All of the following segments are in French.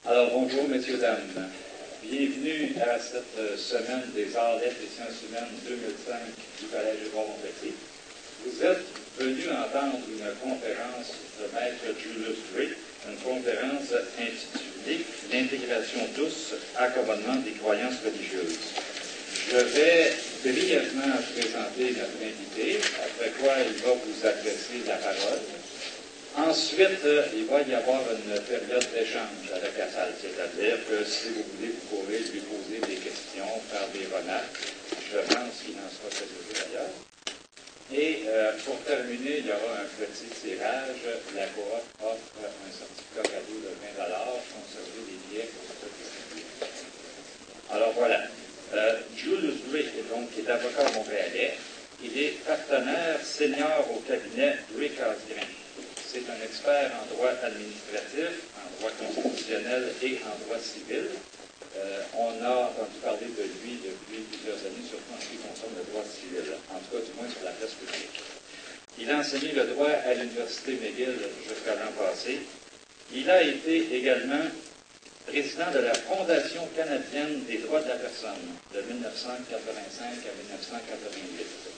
Alors, bonjour, messieurs, dames. Bienvenue à cette semaine des Arts, Lettres et Sciences humaines 2005 du Collège Édouard-Montpetit. Vous êtes venus entendre une conférence de Maître Julius Gray, une conférence intitulée « L'intégration douce, accommodement des croyances religieuses ». Je vais brièvement présenter notre invité, après quoi il va vous adresser la parole. Ensuite, il va y avoir une période d'échange avec la salle, c'est-à-dire que si vous voulez, vous pourrez lui poser des questions, faire des remarques. Je pense qu'il en sera présenté d'ailleurs. Et pour terminer, il y aura un petit tirage. La coop offre un certificat cadeau de 20 conservé des billets pour se distribuer. Alors voilà. Julius Gray est avocat montréalais. Il est partenaire senior au cabinet Gray Casgrain. C'est un expert en droit administratif, en droit constitutionnel et en droit civil. On a entendu parler de lui depuis plusieurs années, surtout en ce qui concerne le droit civil, en tout cas du moins sur la place publique. Il a enseigné le droit à l'Université McGill jusqu'à l'an passé. Il a été également président de la Fondation canadienne des droits de la personne de 1985 à 1988.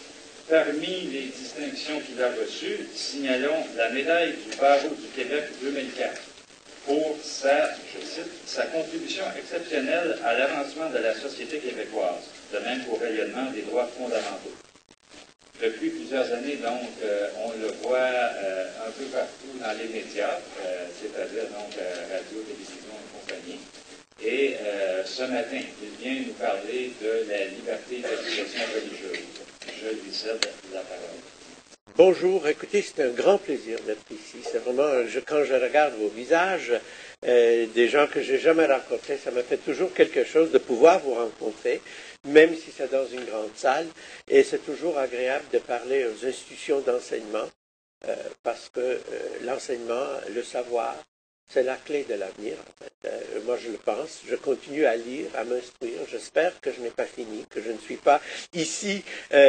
Parmi les distinctions qu'il a reçues, signalons la médaille du barreau du Québec 2004 pour sa, je cite, sa contribution exceptionnelle à l'avancement de la société québécoise, de même qu'au rayonnement des droits fondamentaux. Depuis plusieurs années, donc, on le voit un peu partout dans les médias, c'est-à-dire donc radio, télévision et compagnie. Et ce matin, il vient nous parler de la liberté d'expression religieuse. Je lui cède la parole. Bonjour, écoutez, c'est un grand plaisir d'être ici. C'est vraiment, quand je regarde vos visages, des gens que j'ai jamais rencontrés, ça me fait toujours quelque chose de pouvoir vous rencontrer, même si c'est dans une grande salle. Et c'est toujours agréable de parler aux institutions d'enseignement, parce que l'enseignement, le savoir, c'est la clé de l'avenir, en fait. Moi, je le pense. Je continue à lire, à m'instruire. J'espère que je n'ai pas fini, que je ne suis pas ici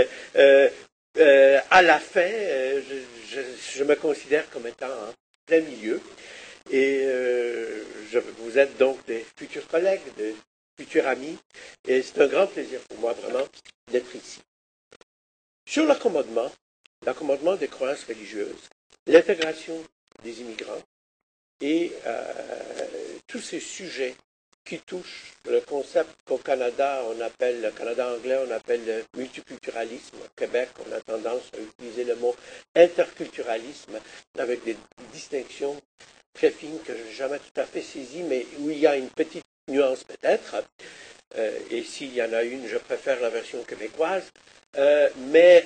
à la fin. Je me considère comme étant en plein milieu. Et vous êtes donc des futurs collègues, des futurs amis. Et c'est un grand plaisir pour moi, vraiment, d'être ici. Sur l'accommodement des croyances religieuses, l'intégration des immigrants, et tous ces sujets qui touchent le concept qu'au Canada, on appelle, le Canada anglais, on appelle le multiculturalisme. Au Québec, on a tendance à utiliser le mot interculturalisme avec des distinctions très fines que je n'ai jamais tout à fait saisies, mais où il y a une petite nuance peut-être. Et s'il y en a une, je préfère la version québécoise. Mais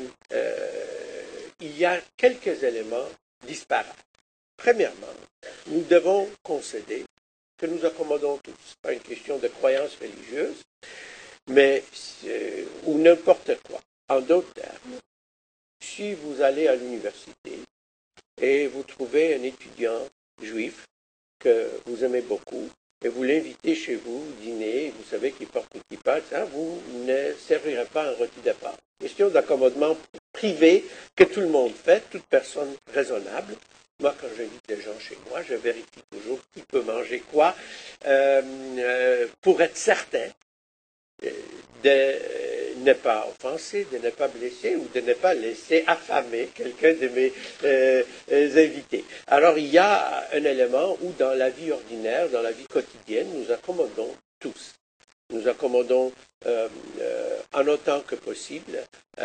il y a quelques éléments disparates. Premièrement, nous devons concéder que nous accommodons tous. Ce n'est pas une question de croyance religieuse, mais ou n'importe quoi. En d'autres termes, si vous allez à l'université et vous trouvez un étudiant juif que vous aimez beaucoup, et vous l'invitez chez vous, dîner, vous savez qu'il porte une kippa, vous ne servirez pas un rôti de Pâques. Question d'accommodement privé que tout le monde fait, toute personne raisonnable. Moi, quand j'invite des gens chez moi, je vérifie toujours qui peut manger quoi pour être certain de ne pas offenser, de ne pas blesser ou de ne pas laisser affamer quelqu'un de mes invités. Alors, il y a un élément où, dans la vie ordinaire, dans la vie quotidienne, nous accommodons tous. Nous accommodons en autant que possible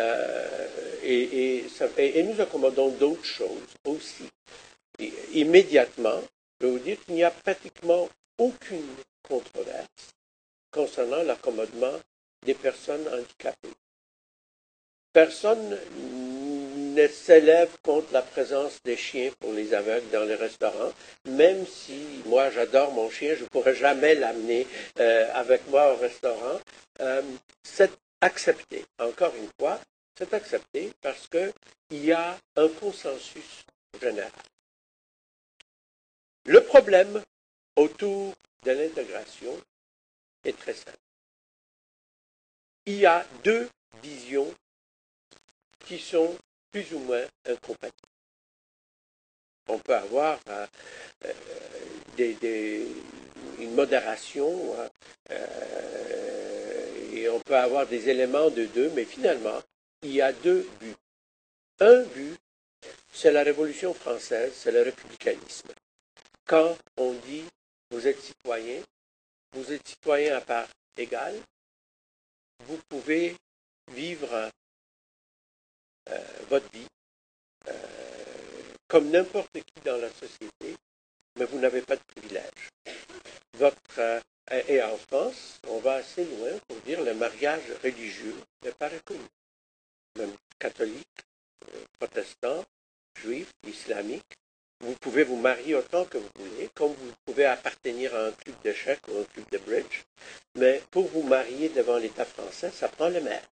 et nous accommodons d'autres choses aussi. Et immédiatement, je vais vous dire qu'il n'y a pratiquement aucune controverse concernant l'accommodement des personnes handicapées. Personne ne s'élève contre la présence des chiens pour les aveugles dans les restaurants, même si moi j'adore mon chien, je ne pourrais jamais l'amener avec moi au restaurant. C'est accepté, encore une fois, c'est accepté parce qu'il y a un consensus général. Le problème autour de l'intégration est très simple. Il y a deux visions qui sont plus ou moins incompatibles. On peut avoir une modération, et on peut avoir des éléments de deux, mais finalement, il y a deux buts. Un but, c'est la Révolution française, c'est le républicanisme. Quand on dit vous êtes citoyen à part égale, vous pouvez vivre votre vie comme n'importe qui dans la société, mais vous n'avez pas de privilèges. Et en France, on va assez loin pour dire le mariage religieux n'est pas reconnu. Même catholique, protestant, juif, islamique, vous pouvez vous marier autant que vous voulez, comme vous pouvez appartenir à un club d'échecs ou un club de bridge, mais pour vous marier devant l'État français, ça prend le maire.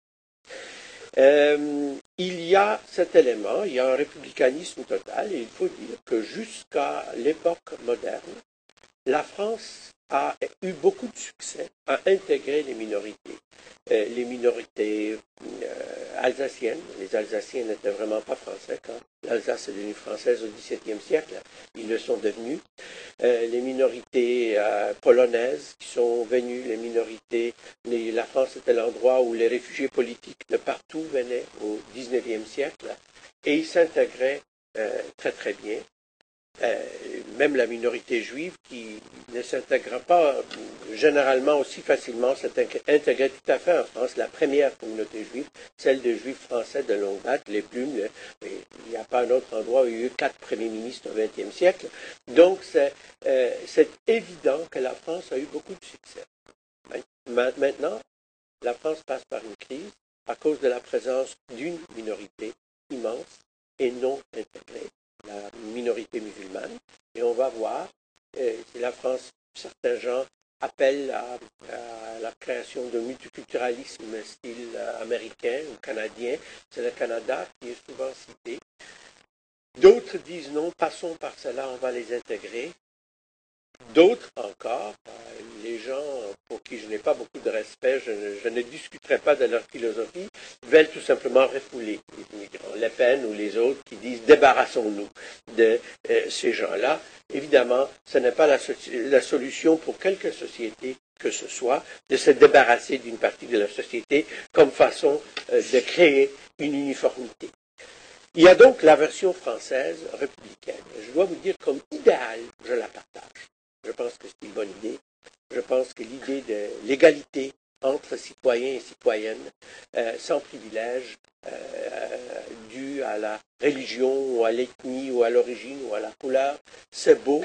Il y a cet élément, il y a un républicanisme total, et il faut dire que jusqu'à l'époque moderne, la France a eu beaucoup de succès à intégrer les minorités. Les minorités alsaciennes, les Alsaciens n'étaient vraiment pas français quand l'Alsace est devenue française au XVIIe siècle, ils le sont devenus. Les minorités polonaises qui sont venues, les minorités, la France était l'endroit où les réfugiés politiques de partout venaient au XIXe siècle et ils s'intégraient très très bien. Même la minorité juive qui ne s'intègre pas généralement aussi facilement s'intégrait tout à fait en France. La première communauté juive, celle des juifs français de longue date, les plumes, il n'y a pas un autre endroit où il y a eu 4 premiers ministres au XXe siècle. Donc c'est évident que la France a eu beaucoup de succès. Maintenant, la France passe par une crise à cause de la présence d'une minorité immense et non intégrée, la minorité musulmane, et on va voir, si la France, certains gens appellent à la création d'un multiculturalisme style américain ou canadien, c'est le Canada qui est souvent cité. D'autres disent non, passons par cela, on va les intégrer. D'autres encore, les gens pour qui je n'ai pas beaucoup de respect, je ne discuterai pas de leur philosophie, veulent tout simplement refouler les migrants. Le Pen ou les autres qui disent débarrassons-nous de ces gens-là. Évidemment, ce n'est pas la solution pour quelque société que ce soit de se débarrasser d'une partie de la société comme façon de créer une uniformité. Il y a donc la version française républicaine. Je dois vous dire comme idéal, je la partage. Je pense que c'est une bonne idée. Je pense que l'idée de l'égalité entre citoyens et citoyennes, sans privilège, dû à la religion ou à l'ethnie ou à l'origine ou à la couleur, c'est beau.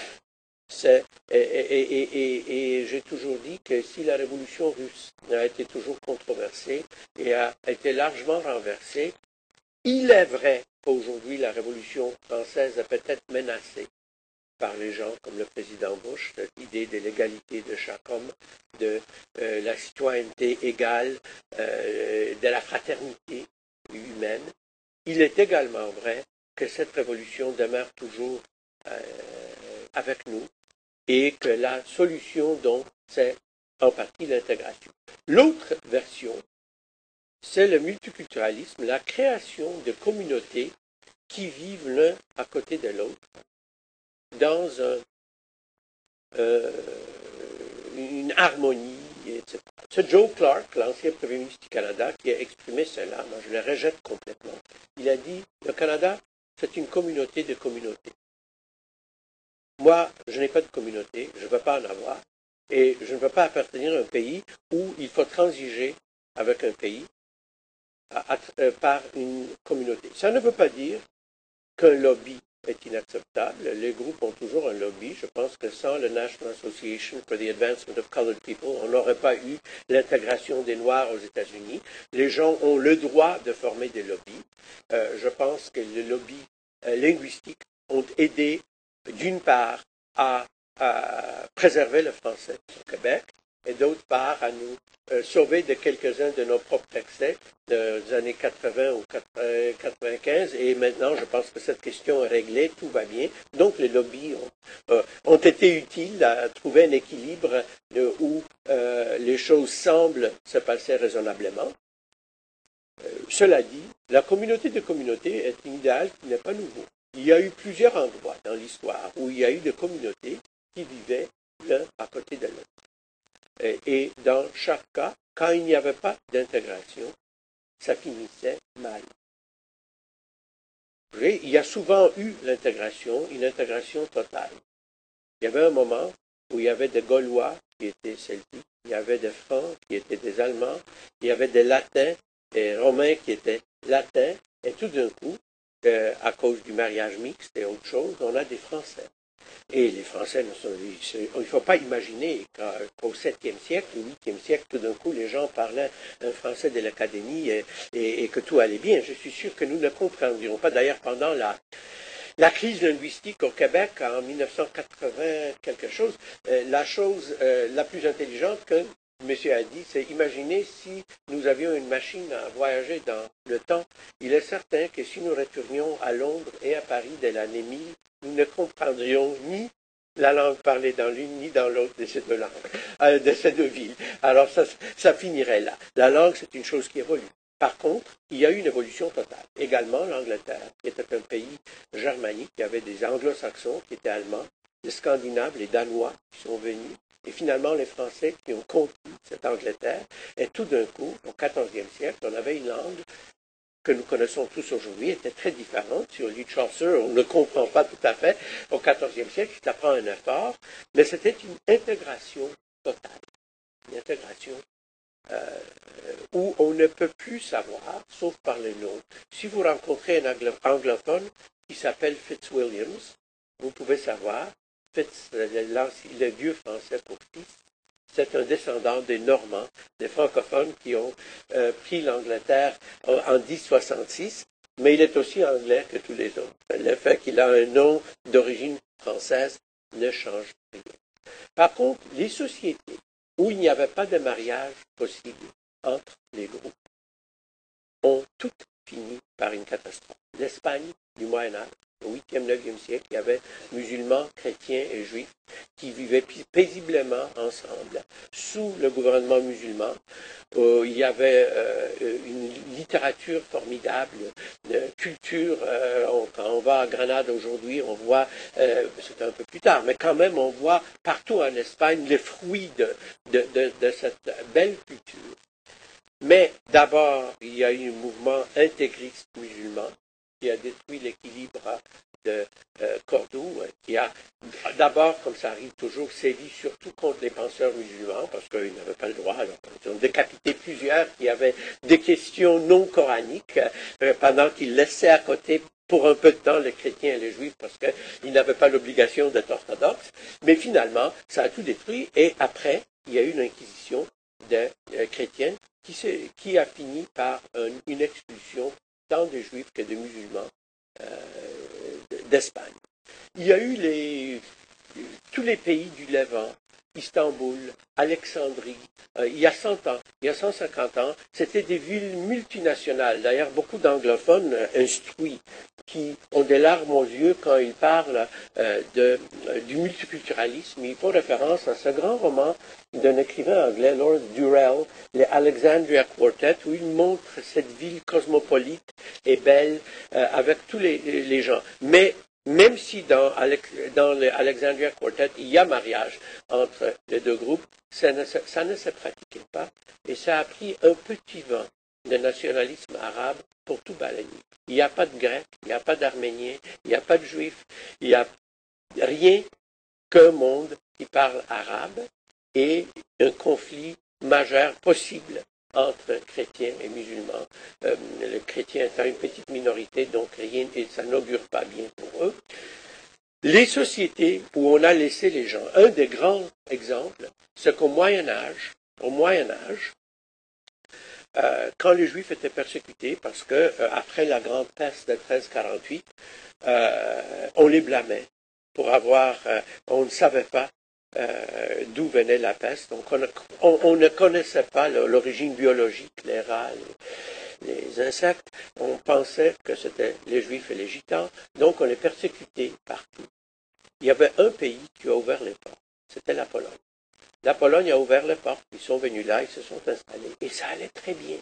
Et j'ai toujours dit que si la révolution russe a été toujours controversée et a été largement renversée, il est vrai qu'aujourd'hui la révolution française est peut-être menacée par les gens comme le président Bush, cette idée de l'égalité de chaque homme, de la citoyenneté égale, de la fraternité humaine. Il est également vrai que cette révolution demeure toujours avec nous et que la solution, donc, c'est en partie l'intégration. L'autre version, c'est le multiculturalisme, la création de communautés qui vivent l'un à côté de l'autre dans une harmonie, etc. C'est Joe Clark, l'ancien Premier ministre du Canada, qui a exprimé cela. Moi, je le rejette complètement. Il a dit, le Canada, c'est une communauté de communautés. Moi, je n'ai pas de communauté, je ne veux pas en avoir, et je ne veux pas appartenir à un pays où il faut transiger avec un pays par une communauté. Ça ne veut pas dire qu'un lobby est inacceptable. Les groupes ont toujours un lobby. Je pense que sans le National Association for the Advancement of Colored People, on n'aurait pas eu l'intégration des Noirs aux États-Unis. Les gens ont le droit de former des lobbies. Je pense que les lobbies linguistiques ont aidé, d'une part, à préserver le français au Québec, et d'autre part à nous sauver de quelques-uns de nos propres excès des années 80 ou 95. Et maintenant, je pense que cette question est réglée, tout va bien. Donc, les lobbies ont été utiles à trouver un équilibre où les choses semblent se passer raisonnablement. Cela dit, la communauté de communautés est un idéal qui n'est pas nouveau. Il y a eu plusieurs endroits dans l'histoire où il y a eu des communautés qui vivaient l'un à côté de l'autre. Et dans chaque cas, quand il n'y avait pas d'intégration, ça finissait mal. Il y a souvent eu l'intégration, une intégration totale. Il y avait un moment où il y avait des Gaulois qui étaient celtiques, il y avait des Francs qui étaient des Allemands, il y avait des Latins, des Romains qui étaient latins, et tout d'un coup, à cause du mariage mixte et autre chose, on a des Français. Et les Français, il ne faut pas imaginer qu'au 7e siècle, au 8e siècle, tout d'un coup, les gens parlaient un français de l'académie et que tout allait bien. Je suis sûr que nous ne comprendrions pas. D'ailleurs, pendant la crise linguistique au Québec en 1980, quelque chose, la chose la plus intelligente que monsieur a dit, c'est imaginer si nous avions une machine à voyager dans le temps. Il est certain que si nous retournions à Londres et à Paris dès l'année 1000, nous ne comprendrions ni la langue parlée dans l'une ni dans l'autre de ces deux langues, de ces deux villes. Alors ça finirait là. La langue, c'est une chose qui évolue. Par contre, il y a eu une évolution totale. Également, l'Angleterre, qui était un pays germanique, il y avait des anglo-saxons qui étaient allemands, les Scandinaves, les Danois qui sont venus, et finalement les Français qui ont conquis cette Angleterre. Et tout d'un coup, au XIVe siècle, on avait une langue que nous connaissons tous aujourd'hui, était très différente. Si on lit Chaucer, on ne comprend pas tout à fait. Au XIVe siècle, ça prend un effort, mais c'était une intégration totale. Une intégration où on ne peut plus savoir, sauf par les noms. Si vous rencontrez un anglophone qui s'appelle Fitzwilliams, vous pouvez savoir, le vieux français pour fils, c'est un descendant des Normands, des francophones qui ont pris l'Angleterre en 1066, mais il est aussi anglais que tous les autres. Le fait qu'il a un nom d'origine française ne change rien. Par contre, les sociétés où il n'y avait pas de mariage possible entre les groupes ont toutes fini par une catastrophe. L'Espagne du Moyen-Âge, au 8e, 9e siècle, il y avait musulmans, chrétiens et juifs qui vivaient paisiblement ensemble sous le gouvernement musulman. Il y avait une littérature formidable, une culture. Quand on va à Grenade aujourd'hui, on voit, c'est un peu plus tard, mais quand même on voit partout en Espagne les fruits de cette belle culture. Mais d'abord, il y a eu un mouvement intégriste musulman qui a détruit l'équilibre de Cordoue, qui a d'abord, comme ça arrive toujours, sévi surtout contre les penseurs musulmans, parce qu'ils n'avaient pas le droit. Alors, ils ont décapité plusieurs qui avaient des questions non coraniques, pendant qu'ils laissaient à côté pour un peu de temps les chrétiens et les juifs, parce qu'ils n'avaient pas l'obligation d'être orthodoxes. Mais finalement, ça a tout détruit, et après, il y a eu une inquisition de chrétienne qui a fini par une expulsion tant de juifs que de musulmans d'Espagne. Il y a eu tous les pays du Levant, Istanbul, Alexandrie, il y a 100 ans, il y a 150 ans, c'était des villes multinationales. D'ailleurs, beaucoup d'anglophones instruits qui ont des larmes aux yeux quand ils parlent du multiculturalisme. Ils font référence à ce grand roman d'un écrivain anglais, Lord Durrell, les Alexandria Quartet, où il montre cette ville cosmopolite et belle avec tous les gens. Mais même si dans le Alexandria Quartet, il y a mariage entre les deux groupes, ça ne se pratiquait pas et ça a pris un petit vent de nationalisme arabe pour tout balayer. Il n'y a pas de Grecs, il n'y a pas d'Arméniens, il n'y a pas de Juifs, il n'y a rien qu'un monde qui parle arabe et un conflit majeur possible entre chrétiens et musulmans. Le chrétien étant une petite minorité, donc rien, et ça n'augure pas bien pour eux. Les sociétés où on a laissé les gens, un des grands exemples, c'est qu'au Moyen Âge, quand les Juifs étaient persécutés, parce que après la grande peste de 1348, on les blâmait pour on ne savait pas d'où venait la peste. Donc on ne connaissait pas l'origine biologique, les rats, les insectes. On pensait que c'était les Juifs et les Gitans. Donc on les persécutait partout. Il y avait un pays qui a ouvert les portes. C'était la Pologne. La Pologne a ouvert les portes. Ils sont venus là, ils se sont installés. Et ça allait très bien.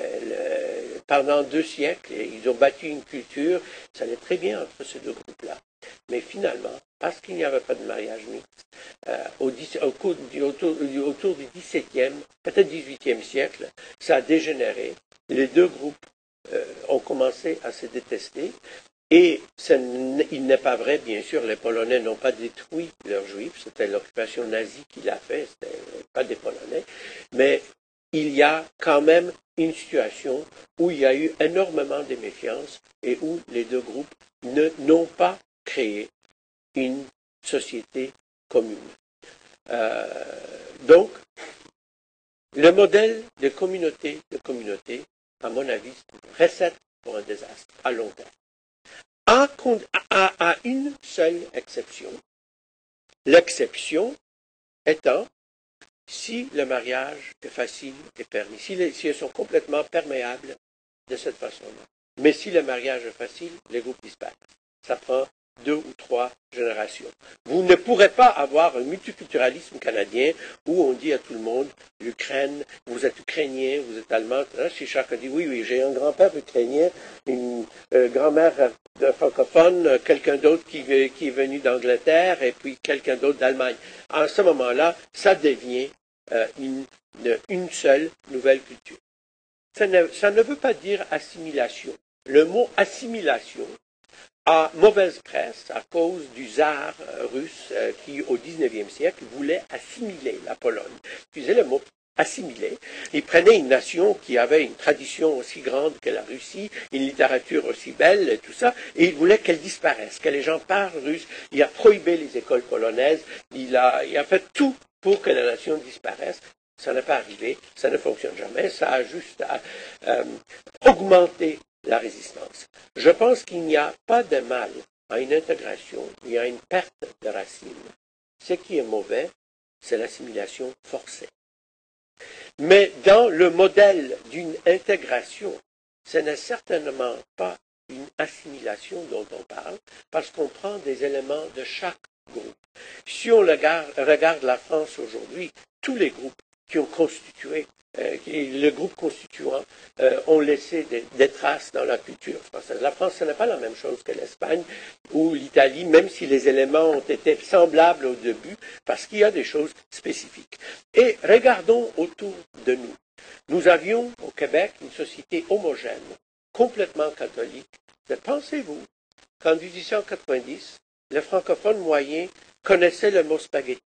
Pendant 2 siècles, ils ont bâti une culture. Ça allait très bien entre ces deux groupes-là. Mais finalement, parce qu'il n'y avait pas de mariage mixte, autour du XVIIe, peut-être XVIIIe siècle, ça a dégénéré. Les deux groupes ont commencé à se détester. Et il n'est pas vrai, bien sûr, les Polonais n'ont pas détruit leurs Juifs, c'était l'occupation nazie qui l'a fait, c'était pas des Polonais, mais il y a quand même une situation où il y a eu énormément de méfiance et où les deux groupes n'ont pas créé une société commune. Donc, le modèle de communauté, à mon avis, c'est une recette pour un désastre à long terme. À une seule exception. L'exception étant si le mariage est facile et permis, si elles sont complètement perméables de cette façon-là. Mais si le mariage est facile, les groupes disparaissent. Ça prend 2 ou 3 générations. Vous ne pourrez pas avoir un multiculturalisme canadien où on dit à tout le monde, l'Ukraine, vous êtes ukrainien, vous êtes allemand. Si chacun dit, oui, j'ai un grand-père ukrainien, une grand-mère francophone, quelqu'un d'autre qui est venu d'Angleterre et puis quelqu'un d'autre d'Allemagne. À ce moment-là, ça devient une seule nouvelle culture. Ça ne veut pas dire assimilation. Le mot assimilation a mauvaise presse à cause du tsar russe qui, au XIXe siècle, voulait assimiler la Pologne. Utilisait le mot assimiler. Il prenait une nation qui avait une tradition aussi grande que la Russie, une littérature aussi belle, et tout ça, et il voulait qu'elle disparaisse, que les gens parlent russe. Il a prohibé les écoles polonaises, il a fait tout pour que la nation disparaisse. Ça n'est pas arrivé, ça ne fonctionne jamais, ça a juste augmenté la résistance. Je pense qu'il n'y a pas de mal à une intégration, il y a une perte de racines. Ce qui est mauvais, c'est l'assimilation forcée. Mais dans le modèle d'une intégration, ce n'est certainement pas une assimilation dont on parle, parce qu'on prend des éléments de chaque groupe. Si on regarde la France aujourd'hui, tous les groupes qui ont constitué, le groupe constituant, ont laissé des traces dans la culture française. La France, ce n'est pas la même chose que l'Espagne ou l'Italie, même si les éléments ont été semblables au début, parce qu'il y a des choses spécifiques. Et regardons autour de nous. Nous avions au Québec une société homogène, complètement catholique. Pensez-vous qu'en 1890, le francophone moyen connaissait le mot spaghetti?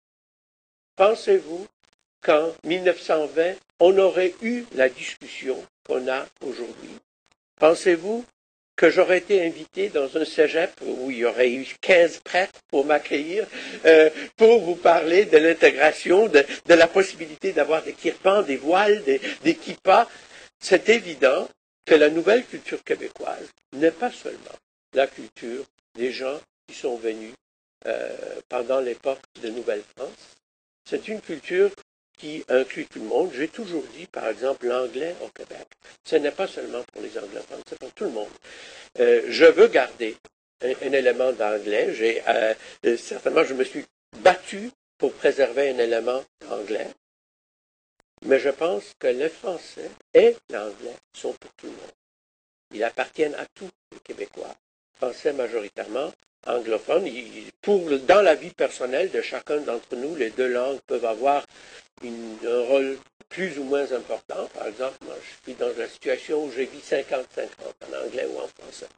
Pensez-vous qu'en 1920, on aurait eu la discussion qu'on a aujourd'hui? Pensez-vous que j'aurais été invité dans un cégep où il y aurait eu 15 prêtres pour m'accueillir, pour vous parler de l'intégration, de la possibilité d'avoir des kirpans, des voiles, des kippas? C'est évident que la nouvelle culture québécoise n'est pas seulement la culture des gens qui sont venus pendant l'époque de Nouvelle-France. C'est une culture qui inclut tout le monde. J'ai toujours dit, par exemple, l'anglais au Québec. Ce n'est pas seulement pour les anglophones, c'est pour tout le monde. Je veux garder un élément d'anglais. Certainement, je me suis battu pour préserver un élément d'anglais. Mais je pense que le français et l'anglais sont pour tout le monde. Ils appartiennent à tous les Québécois. Français majoritairement, anglophones. Dans la vie personnelle de chacun d'entre nous, les deux langues peuvent avoir un rôle plus ou moins important. Par exemple, moi, je suis dans la situation où je vis 50-50 en anglais ou en français.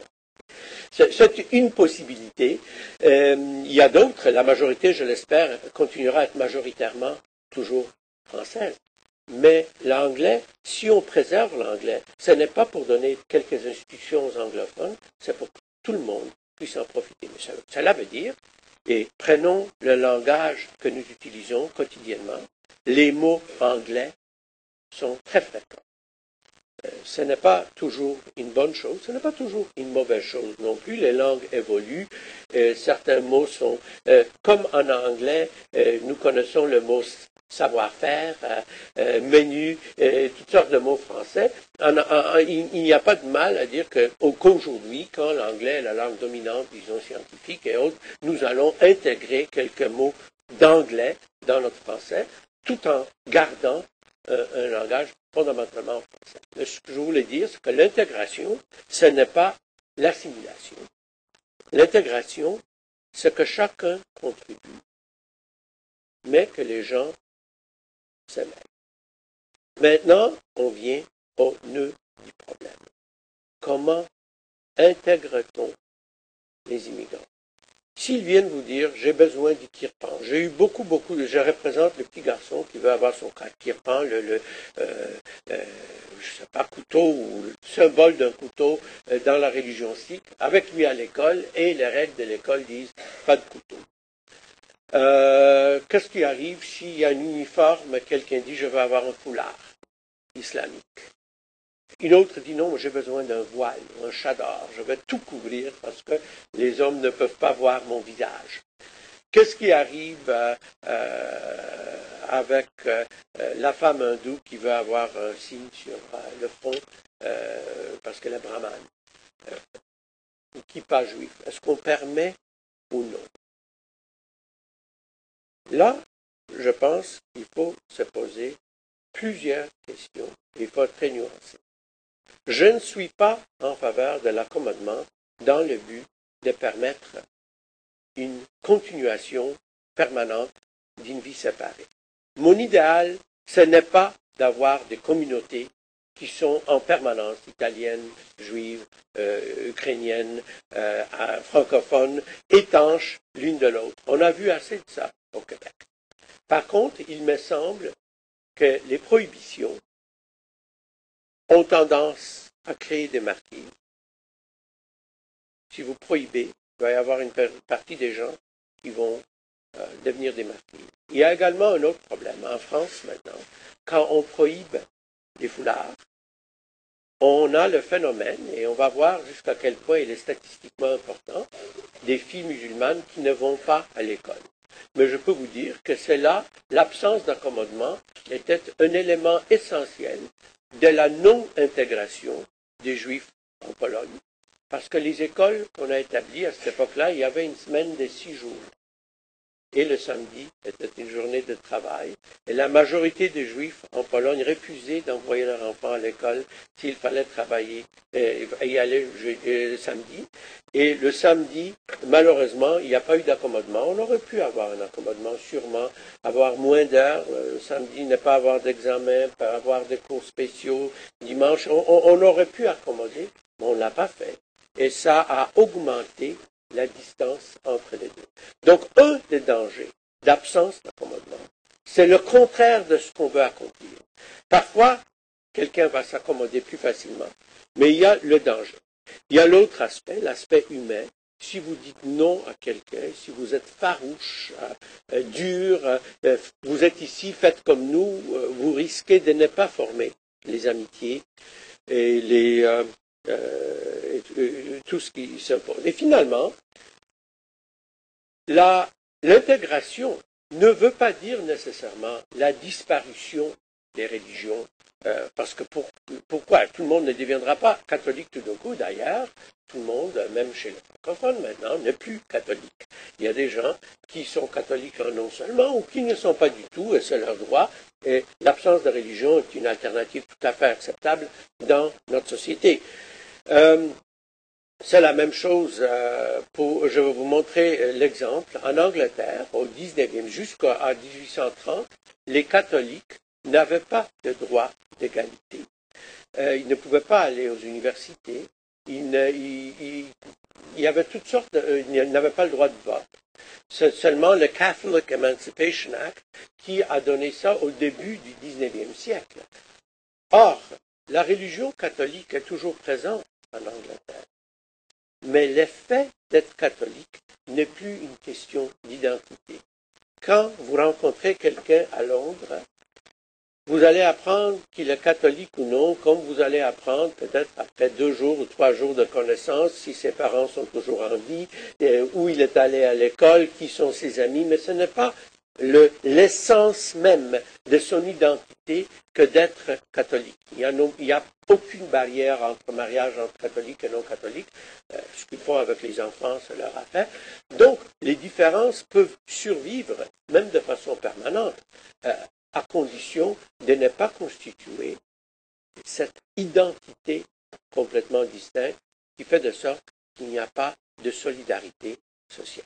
C'est une possibilité. Il y a d'autres. La majorité, je l'espère, continuera à être majoritairement toujours française. Mais l'anglais, si on préserve l'anglais, ce n'est pas pour donner quelques institutions aux anglophones, c'est pour que tout le monde puisse en profiter. Mais cela veut dire, et prenons le langage que nous utilisons quotidiennement, les mots anglais sont très fréquents. Ce n'est pas toujours une bonne chose, ce n'est pas toujours une mauvaise chose non plus. Les langues évoluent, certains mots sont, comme en anglais, nous connaissons le mot savoir-faire, menu, toutes sortes de mots français. Il n'y a pas de mal à dire qu'aujourd'hui, quand l'anglais est la langue dominante, disons scientifique et autres, nous allons intégrer quelques mots d'anglais dans notre français, tout en gardant un langage fondamentalement français. Ce que je voulais dire, c'est que l'intégration, ce n'est pas l'assimilation. L'intégration, c'est que chacun contribue, mais que les gens se mêlent. Maintenant, on vient au nœud du problème. Comment intègre-t-on les immigrants? S'ils viennent vous dire, j'ai besoin du kirpan, j'ai eu beaucoup, je représente le petit garçon qui veut avoir son kirpan, je sais pas, couteau ou le symbole d'un couteau dans la religion sikh, avec lui à l'école, et les règles de l'école disent, pas de couteau. Qu'est-ce qui arrive s'il y a un uniforme, quelqu'un dit, je veux avoir un foulard islamique? Une autre dit non, j'ai besoin d'un voile, un chador, je vais tout couvrir parce que les hommes ne peuvent pas voir mon visage. Qu'est-ce qui arrive avec la femme hindoue qui veut avoir un signe sur le front parce qu'elle est brahmane, qui n'est pas juif? Est-ce qu'on permet ou non? Là, je pense qu'il faut se poser plusieurs questions. Il faut être très nuancé. Je ne suis pas en faveur de l'accommodement dans le but de permettre une continuation permanente d'une vie séparée. Mon idéal, ce n'est pas d'avoir des communautés qui sont en permanence italiennes, juives, ukrainiennes, francophones, étanches l'une de l'autre. On a vu assez de ça au Québec. Par contre, il me semble que les prohibitions ont tendance à créer des martyrs. Si vous prohibez, il va y avoir une partie des gens qui vont devenir des martyrs. Il y a également un autre problème. En France, maintenant, quand on prohibe les foulards, on a le phénomène, et on va voir jusqu'à quel point il est statistiquement important, des filles musulmanes qui ne vont pas à l'école. Mais je peux vous dire que c'est là, l'absence d'accommodement était un élément essentiel de la non-intégration des Juifs en Pologne. Parce que les écoles qu'on a établies à cette époque-là, il y avait une semaine de 6 jours. Et le samedi était une journée de travail. Et la majorité des Juifs en Pologne refusaient d'envoyer leurs enfants à l'école s'il fallait travailler et y aller le samedi. Et le samedi, malheureusement, il n'y a pas eu d'accommodement. On aurait pu avoir un accommodement, sûrement, avoir moins d'heures, le samedi, ne pas avoir d'examen, pas avoir des cours spéciaux, dimanche. On aurait pu accommoder, mais on ne l'a pas fait. Et ça a augmenté la distance entre les deux. Donc, un des dangers d'absence d'accommodement, c'est le contraire de ce qu'on veut accomplir. Parfois, quelqu'un va s'accommoder plus facilement, mais il y a le danger. Il y a l'autre aspect, l'aspect humain. Si vous dites non à quelqu'un, si vous êtes farouche, dur, vous êtes ici, faites comme nous, vous risquez de ne pas former les amitiés et tout ce qui s'impose. Et finalement, l'intégration ne veut pas dire nécessairement la disparition des religions, parce que pourquoi? Tout le monde ne deviendra pas catholique tout d'un coup, d'ailleurs. Tout le monde, même chez les francophones maintenant, n'est plus catholique. Il y a des gens qui sont catholiques non seulement, ou qui ne sont pas du tout, et c'est leur droit, et l'absence de religion est une alternative tout à fait acceptable dans notre société. C'est la même chose je vais vous montrer l'exemple. En Angleterre, au 19e jusqu'à 1830, les catholiques n'avaient pas de droit d'égalité. Ils ne pouvaient pas aller aux universités. Ils avaient toutes sortes ils n'avaient pas le droit de vote. C'est seulement le Catholic Emancipation Act qui a donné ça au début du 19e siècle. Or, la religion catholique est toujours présente en Angleterre. Mais l'effet d'être catholique n'est plus une question d'identité. Quand vous rencontrez quelqu'un à Londres, vous allez apprendre qu'il est catholique ou non, comme vous allez apprendre peut-être après 2 jours ou 3 jours de connaissance, si ses parents sont toujours en vie, où il est allé à l'école, qui sont ses amis, mais ce n'est pas l'essence même de son identité que d'être catholique. Il n'y a aucune barrière entre mariage entre catholiques et non catholiques. Ce qu'ils font avec les enfants, c'est leur affaire. Donc, les différences peuvent survivre, même de façon permanente, à condition de ne pas constituer cette identité complètement distincte qui fait de sorte qu'il n'y a pas de solidarité sociale.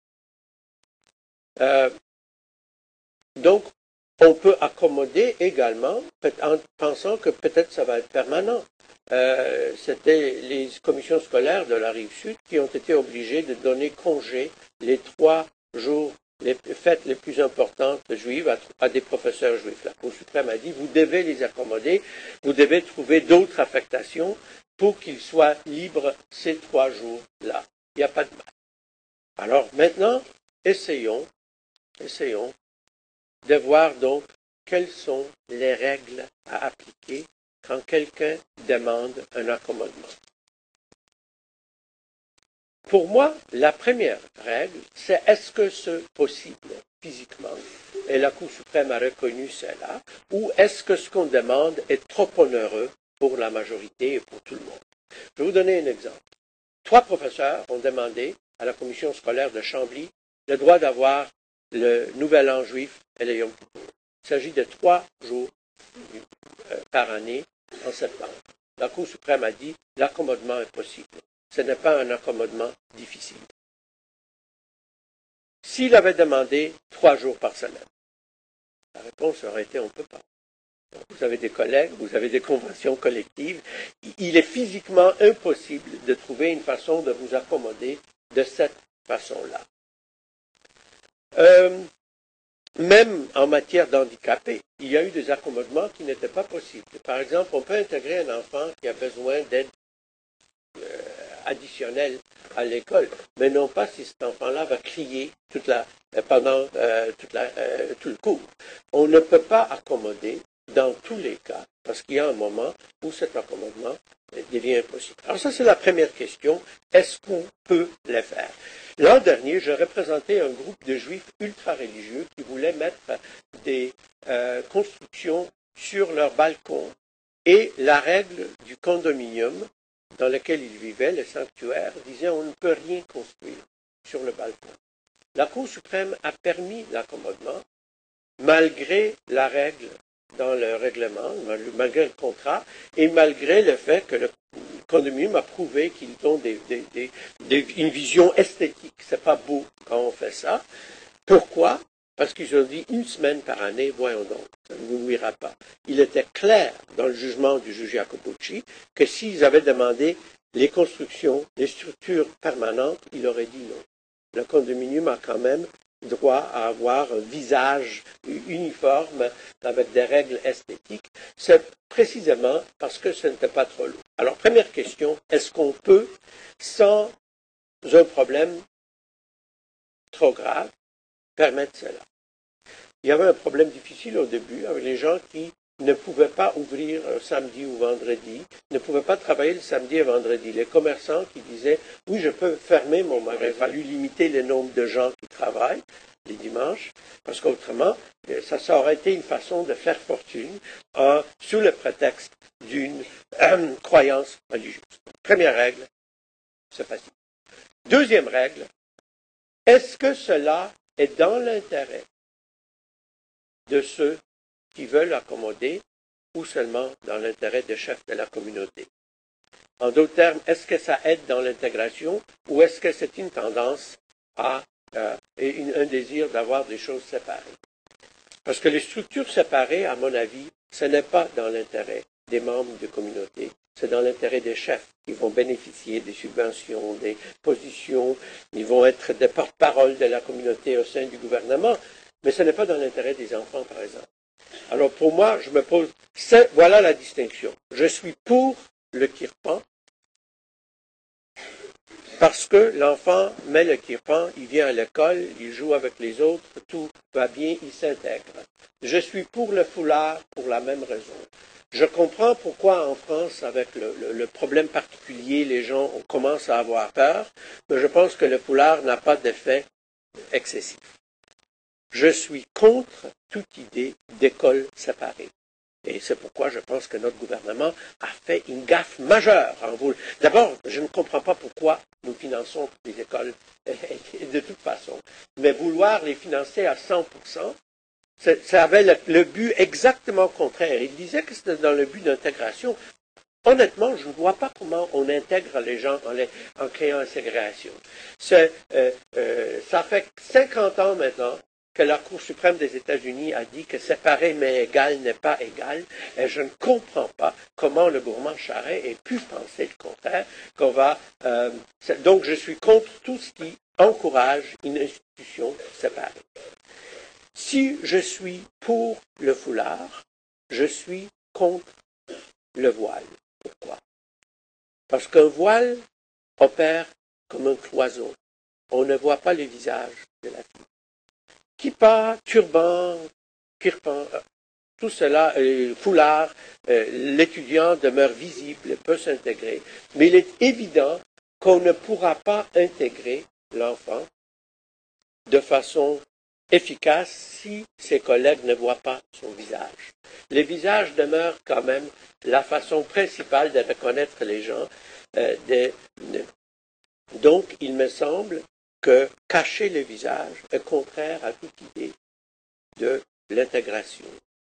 Donc, on peut accommoder également, en pensant que peut-être ça va être permanent. C'était les commissions scolaires de la Rive-Sud qui ont été obligées de donner congé les 3 jours, les fêtes les plus importantes juives à des professeurs juifs. La Cour suprême a dit, vous devez les accommoder, vous devez trouver d'autres affectations pour qu'ils soient libres ces 3 jours-là. Il n'y a pas de mal. Alors maintenant, essayons de voir donc quelles sont les règles à appliquer quand quelqu'un demande un accommodement. Pour moi, la première règle, c'est est-ce que c'est possible physiquement, et la Cour suprême a reconnu cela, ou est-ce que ce qu'on demande est trop onéreux pour la majorité et pour tout le monde. Je vais vous donner un exemple. 3 professeurs ont demandé à la commission scolaire de Chambly le droit d'avoir le Nouvel An juif et le Yom Kippour. Il s'agit de 3 jours par année en septembre. La Cour suprême a dit l'accommodement est possible. Ce n'est pas un accommodement difficile. S'il avait demandé 3 jours par semaine, la réponse aurait été on ne peut pas. Donc, vous avez des collègues, vous avez des conventions collectives. Il est physiquement impossible de trouver une façon de vous accommoder de cette façon-là. Même en matière d'handicapés, il y a eu des accommodements qui n'étaient pas possibles. Par exemple, on peut intégrer un enfant qui a besoin d'aide additionnelle à l'école, mais non pas si cet enfant-là va crier pendant tout le cours. On ne peut pas accommoder dans tous les cas, parce qu'il y a un moment où cet accommodement devient impossible. Alors ça, c'est la première question. Est-ce qu'on peut le faire? L'an dernier, je représentais un groupe de juifs ultra-religieux qui voulaient mettre des constructions sur leur balcon. Et la règle du condominium dans lequel ils vivaient, le sanctuaire, disait on ne peut rien construire sur le balcon. La Cour suprême a permis l'accommodement malgré la règle dans le règlement, malgré le contrat, et malgré le fait que le condominium a prouvé qu'ils ont une vision esthétique. C'est pas beau quand on fait ça. Pourquoi? Parce qu'ils ont dit 1 semaine par année, voyons donc, ça ne nous nuira pas. Il était clair dans le jugement du juge Jacobucci que s'ils avaient demandé les constructions, les structures permanentes, il aurait dit non. Le condominium a quand même droit à avoir un visage uniforme avec des règles esthétiques. C'est précisément parce que ce n'était pas trop lourd. Alors, première question, est-ce qu'on peut, sans un problème trop grave, permettre cela? Il y avait un problème difficile au début avec les gens qui ne pouvaient pas ouvrir samedi ou vendredi, ne pouvaient pas travailler le samedi et vendredi. Les commerçants qui disaient « oui, je peux fermer mon magasin ». Il a fallu limiter le nombre de gens qui travaillent les dimanches, parce qu'autrement, ça aurait été une façon de faire fortune sous le prétexte d'une croyance religieuse. Première règle, c'est facile. Deuxième règle, est-ce que cela est dans l'intérêt de ceux qui veulent accommoder ou seulement dans l'intérêt des chefs de la communauté? En d'autres termes, est-ce que ça aide dans l'intégration ou est-ce que c'est une tendance et un désir d'avoir des choses séparées? Parce que les structures séparées, à mon avis, ce n'est pas dans l'intérêt des membres de communauté, c'est dans l'intérêt des chefs. Ils vont bénéficier des subventions, des positions, ils vont être des porte-parole de la communauté au sein du gouvernement, mais ce n'est pas dans l'intérêt des enfants, par exemple. Alors pour moi, je me pose, voilà la distinction. Je suis pour le kirpan, parce que l'enfant met le kirpan, il vient à l'école, il joue avec les autres, tout va bien, il s'intègre. Je suis pour le foulard pour la même raison. Je comprends pourquoi en France, avec le problème particulier, les gens commencent à avoir peur, mais je pense que le foulard n'a pas d'effet excessif. Je suis contre toute idée d'école séparée. Et c'est pourquoi je pense que notre gouvernement a fait une gaffe majeure. D'abord, je ne comprends pas pourquoi nous finançons les écoles de toute façon. Mais vouloir les financer à 100%, ça avait le but exactement contraire. Il disait que c'était dans le but d'intégration. honnêtement, je ne vois pas comment on intègre les gens en créant une ségrégation. Ça fait 50 ans maintenant que la Cour suprême des États-Unis a dit que séparer mais égal n'est pas égal, et je ne comprends pas comment le gouverneur Charest ait pu penser le contraire, donc je suis contre tout ce qui encourage une institution séparée. Si je suis pour le foulard, je suis contre le voile. Pourquoi? Parce qu'un voile opère comme un cloison. On ne voit pas le visage de la fille. Kippa, turban, kirpan, tout cela, foulard, l'étudiant demeure visible, peut s'intégrer. Mais il est évident qu'on ne pourra pas intégrer l'enfant de façon efficace si ses collègues ne voient pas son visage. Le visage demeure quand même la façon principale de reconnaître les gens. Donc, il me semble que cacher le visage est contraire à toute idée de l'intégration.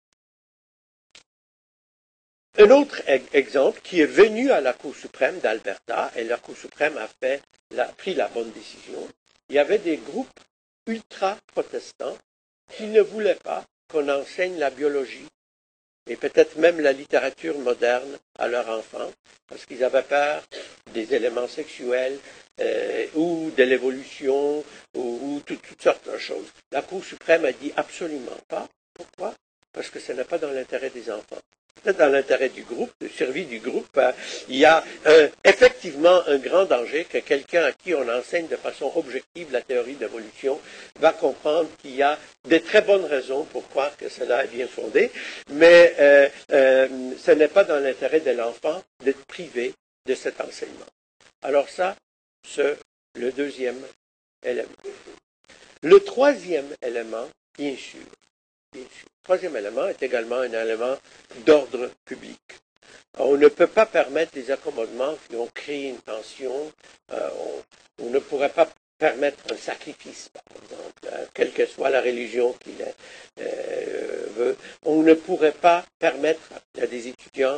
Un autre exemple qui est venu à la Cour suprême d'Alberta, et la Cour suprême a pris la bonne décision, il y avait des groupes ultra-protestants qui ne voulaient pas qu'on enseigne la biologie et peut-être même la littérature moderne à leurs enfants, parce qu'ils avaient peur des éléments sexuels ou de l'évolution ou toutes sortes de choses. La Cour suprême a dit absolument pas. Pourquoi? Parce que ce n'est pas dans l'intérêt des enfants. Peut-être dans l'intérêt du groupe, de survie du groupe, il y a effectivement un grand danger que quelqu'un à qui on enseigne de façon objective la théorie d'évolution va comprendre qu'il y a de très bonnes raisons pour croire que cela est bien fondé, mais ce n'est pas dans l'intérêt de l'enfant d'être privé de cet enseignement. Alors ça, c'est le deuxième élément. Le troisième élément, bien sûr. Le troisième élément est également un élément d'ordre public. On ne peut pas permettre des accommodements qui ont créé une tension. On ne pourrait pas permettre un sacrifice, par exemple, quelle que soit la religion qu'il veut. On ne pourrait pas permettre à des étudiants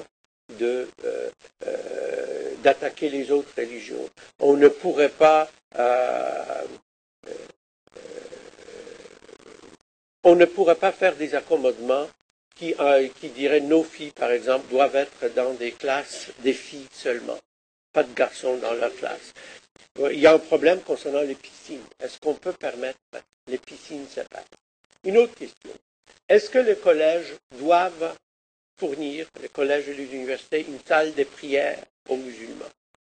d'attaquer les autres religions. On ne pourrait pas faire des accommodements qui diraient nos filles, par exemple, doivent être dans des classes des filles seulement, pas de garçons dans leur classe. Il y a un problème concernant les piscines. Est-ce qu'on peut permettre les piscines séparées? Une autre question. Est-ce que les collèges doivent fournir, les collèges et les universités, une salle de prière aux musulmans?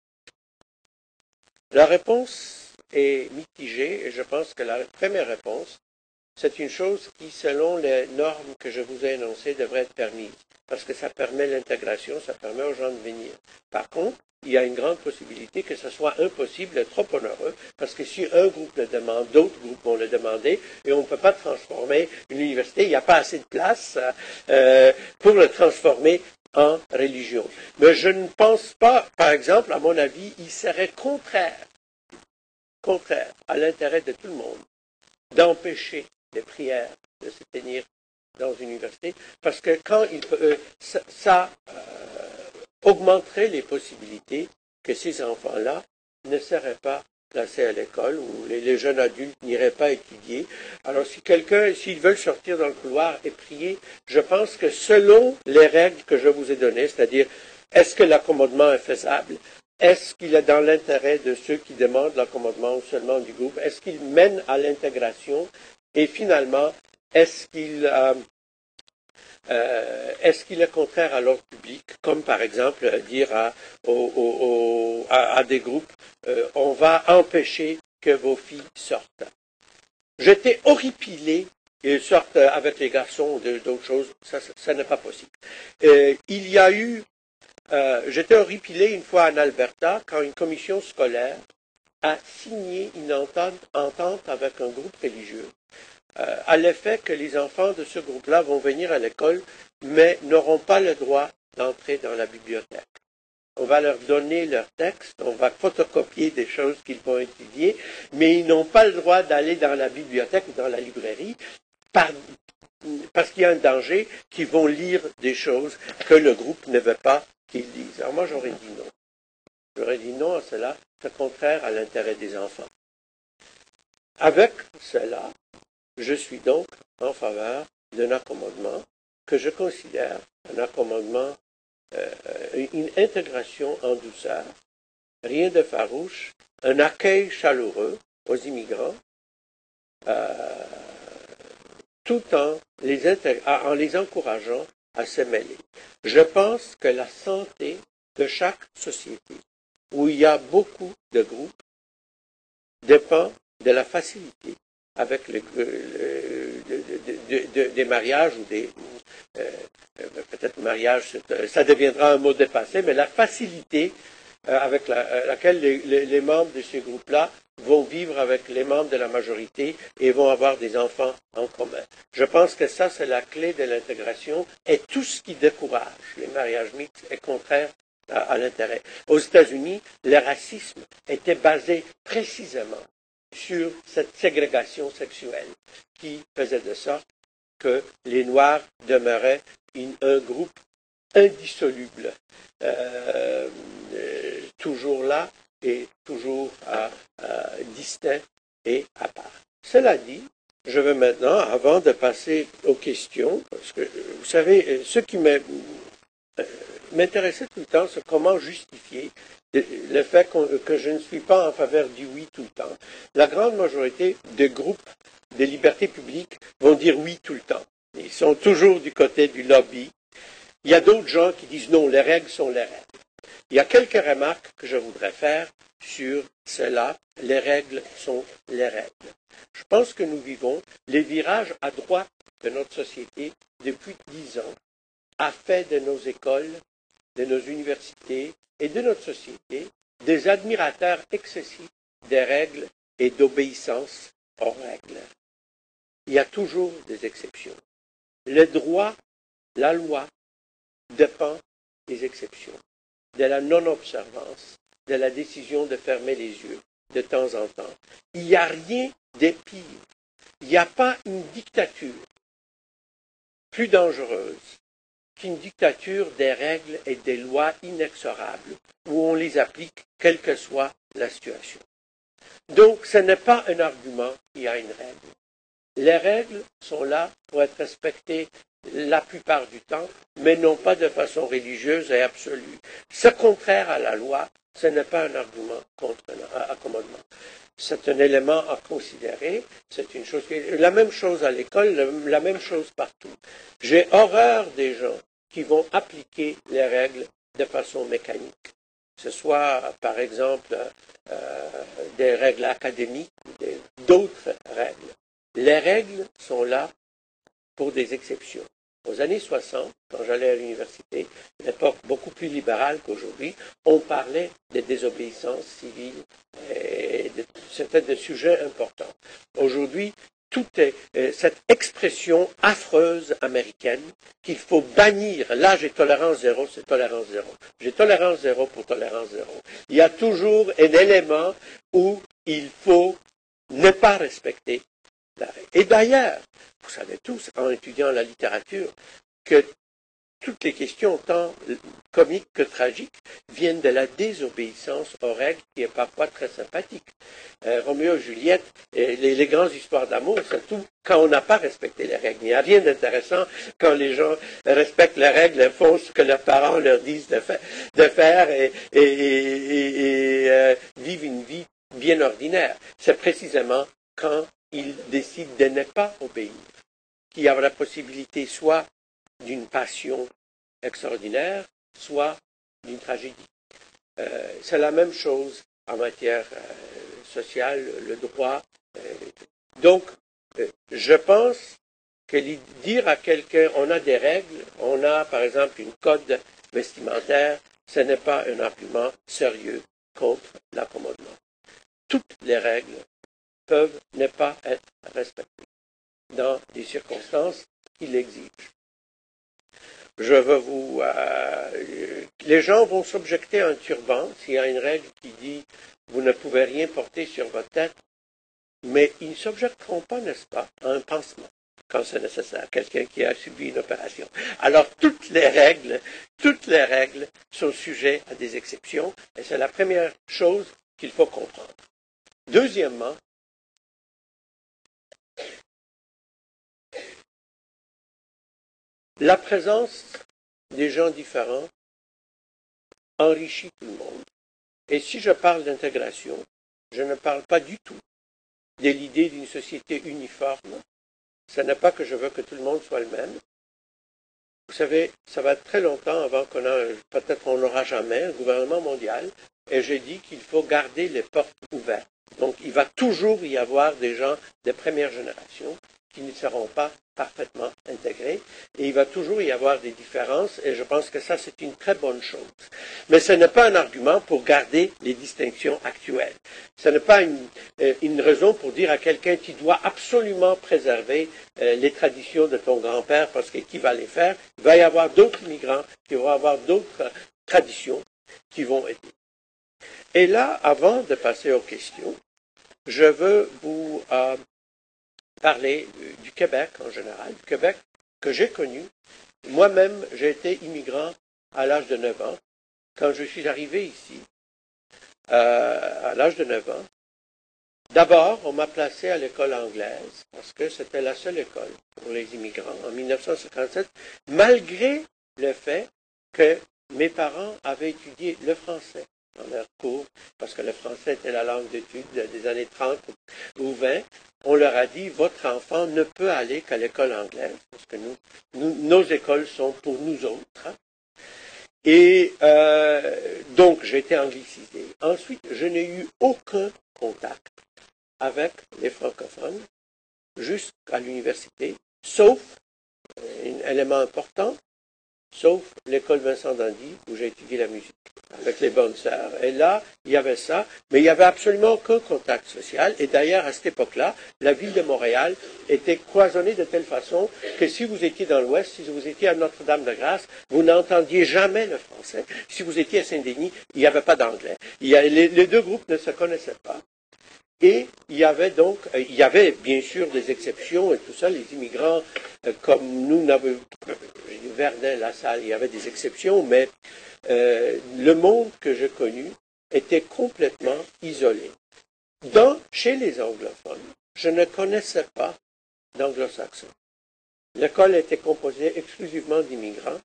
La réponse est mitigée et je pense que la première réponse, c'est une chose qui, selon les normes que je vous ai énoncées, devrait être permise, parce que ça permet l'intégration, ça permet aux gens de venir. Par contre, il y a une grande possibilité que ce soit impossible et trop onéreux, parce que si un groupe le demande, d'autres groupes vont le demander, et on ne peut pas transformer une université, il n'y a pas assez de place pour le transformer en religion. Mais je ne pense pas, par exemple, à mon avis, il serait contraire à l'intérêt de tout le monde d'empêcher les prières de se tenir dans une université, parce que quand ça augmenterait les possibilités que ces enfants-là ne seraient pas placés à l'école, ou les jeunes adultes n'iraient pas étudier. Alors s'ils veulent sortir dans le couloir et prier, je pense que selon les règles que je vous ai données, c'est-à-dire, est-ce que l'accommodement est faisable? Est-ce qu'il est dans l'intérêt de ceux qui demandent l'accommodement ou seulement du groupe? Est-ce qu'il mène à l'intégration? Et finalement, est-ce qu'il est contraire à l'ordre public, comme par exemple dire à des groupes, on va empêcher que vos filles sortent. J'étais horripilé, ils sortent avec les garçons ou d'autres choses, ça n'est pas possible. Il y a eu, j'étais horripilé une fois en Alberta quand une commission scolaire a signé une entente avec un groupe religieux à l'effet que les enfants de ce groupe-là vont venir à l'école, mais n'auront pas le droit d'entrer dans la bibliothèque. On va leur donner leur texte, on va photocopier des choses qu'ils vont étudier, mais ils n'ont pas le droit d'aller dans la bibliothèque ou dans la librairie parce qu'il y a un danger qu'ils vont lire des choses que le groupe ne veut pas qu'ils disent. Alors moi, j'aurais dit non. J'aurais dit non à cela, c'est contraire à l'intérêt des enfants. Avec cela, je suis donc en faveur d'un accommodement que je considère un accommodement, une intégration en douceur, rien de farouche, un accueil chaleureux aux immigrants, tout en les encourageant à se mêler. Je pense que la santé de chaque société, où il y a beaucoup de groupes, dépend de la facilité avec des mariages ou des peut-être mariage, ça deviendra un mot dépassé, mais la facilité avec laquelle les membres de ces groupes-là vont vivre avec les membres de la majorité et vont avoir des enfants en commun. Je pense que ça, c'est la clé de l'intégration et tout ce qui décourage les mariages mixtes est contraire à l'intérêt. Aux États-Unis, le racisme était basé précisément sur cette ségrégation sexuelle qui faisait de sorte que les Noirs demeuraient un groupe indissoluble, toujours là et toujours distinct et à part. Cela dit, je veux maintenant, avant de passer aux questions, parce que vous savez, ce qui m'intéressait tout le temps, c'est comment justifier le fait que je ne suis pas en faveur du oui tout le temps. La grande majorité des groupes de liberté publique vont dire oui tout le temps. Ils sont toujours du côté du lobby. Il y a d'autres gens qui disent non, les règles sont les règles. Il y a quelques remarques que je voudrais faire sur cela. Les règles sont les règles. Je pense que nous vivons les virages à droite de notre société depuis 10 ans, a fait de nos écoles, de nos universités et de notre société des admirateurs excessifs des règles et d'obéissance aux règles. Il y a toujours des exceptions. Le droit, la loi, dépend des exceptions, de la non-observance, de la décision de fermer les yeux de temps en temps. Il n'y a rien de pire. Il n'y a pas une dictature plus dangereuse qu'une dictature des règles et des lois inexorables où on les applique quelle que soit la situation. Donc, ce n'est pas un argument qu'il y a une règle. Les règles sont là pour être respectées la plupart du temps, mais non pas de façon religieuse et absolue. C'est contraire à la loi, ce n'est pas un argument contre un accommodement. C'est un élément à considérer, c'est une chose la même chose à l'école, la même chose partout. J'ai horreur des gens qui vont appliquer les règles de façon mécanique. Que ce soit, par exemple, des règles académiques ou d'autres règles. Les règles sont là pour des exceptions. Aux années 60, quand j'allais à l'université, une époque beaucoup plus libérale qu'aujourd'hui, on parlait de désobéissance civile et c'était des sujets importants. Aujourd'hui, tout est cette expression affreuse américaine qu'il faut bannir. Là, j'ai tolérance zéro, c'est tolérance zéro. J'ai tolérance zéro pour tolérance zéro. Il y a toujours un élément où il faut ne pas respecter la règle. Et d'ailleurs, vous savez tous, en étudiant la littérature, que toutes les questions, tant comiques que tragiques, viennent de la désobéissance aux règles qui est parfois très sympathique. Roméo et Juliette, les grandes histoires d'amour, c'est tout quand on n'a pas respecté les règles. Il n'y a rien d'intéressant quand les gens respectent les règles et font ce que leurs parents leur disent de faire et vivent une vie bien ordinaire. C'est précisément quand ils décident de ne pas obéir qu'il y a la possibilité soit d'une passion extraordinaire, soit d'une tragédie. C'est la même chose en matière sociale, le droit. Donc, je pense que dire à quelqu'un, on a des règles, on a par exemple une code vestimentaire, ce n'est pas un argument sérieux contre l'accommodement. Toutes les règles peuvent ne pas être respectées dans des circonstances qui l'exigent. Je veux les gens vont s'objecter à un turban s'il y a une règle qui dit vous ne pouvez rien porter sur votre tête, mais ils ne s'objecteront pas, n'est-ce pas, à un pansement. quand c'est nécessaire, quelqu'un qui a subi une opération. Alors, toutes les règles sont sujettes à des exceptions, et c'est la première chose qu'il faut comprendre. Deuxièmement, la présence des gens différents enrichit tout le monde. Et si je parle d'intégration, je ne parle pas du tout de l'idée d'une société uniforme. Ce n'est pas que je veux que tout le monde soit le même. Vous savez, ça va être très longtemps avant qu'on ait, peut-être on n'aura jamais un gouvernement mondial, et j'ai dit qu'il faut garder les portes ouvertes. Donc, il va toujours y avoir des gens de première génération qui ne seront pas parfaitement intégrés, et il va toujours y avoir des différences, et je pense que ça, c'est une très bonne chose. Mais ce n'est pas un argument pour garder les distinctions actuelles. Ce n'est pas une raison pour dire à quelqu'un tu dois absolument préserver les traditions de ton grand-père, parce que qui va les faire? Il va y avoir d'autres immigrants qui vont avoir d'autres traditions qui vont aider. Et là, avant de passer aux questions, je veux vous parler du Québec en général, du Québec que j'ai connu. Moi-même, j'ai été immigrant à l'âge de 9 ans. Quand je suis arrivé ici, à l'âge de 9 ans, d'abord, on m'a placé à l'école anglaise, parce que c'était la seule école pour les immigrants en 1957, malgré le fait que mes parents avaient étudié le français dans leur cours, parce que le français était la langue d'étude des années 30 ou 20, on leur a dit, votre enfant ne peut aller qu'à l'école anglaise, parce que nos écoles sont pour nous autres. Hein. Et donc, j'ai été anglicisé. Ensuite, je n'ai eu aucun contact avec les francophones jusqu'à l'université, sauf, un élément important, sauf l'école Vincent d'Andy, où j'ai étudié la musique, avec les bonnes sœurs. Et là, il y avait ça, mais il n'y avait absolument aucun contact social. Et d'ailleurs, à cette époque-là, la ville de Montréal était cloisonnée de telle façon que si vous étiez dans l'Ouest, si vous étiez à Notre-Dame-de-Grâce, vous n'entendiez jamais le français. Si vous étiez à Saint-Denis, il n'y avait pas d'anglais. Les deux groupes ne se connaissaient pas. Et il y avait donc, il y avait bien sûr des exceptions et tout ça, les immigrants, comme nous n'avons, Verdun, La Salle, il y avait des exceptions, mais le monde que j'ai connu était complètement isolé. Chez les anglophones, je ne connaissais pas d'anglo-saxons. L'école était composée exclusivement d'immigrants.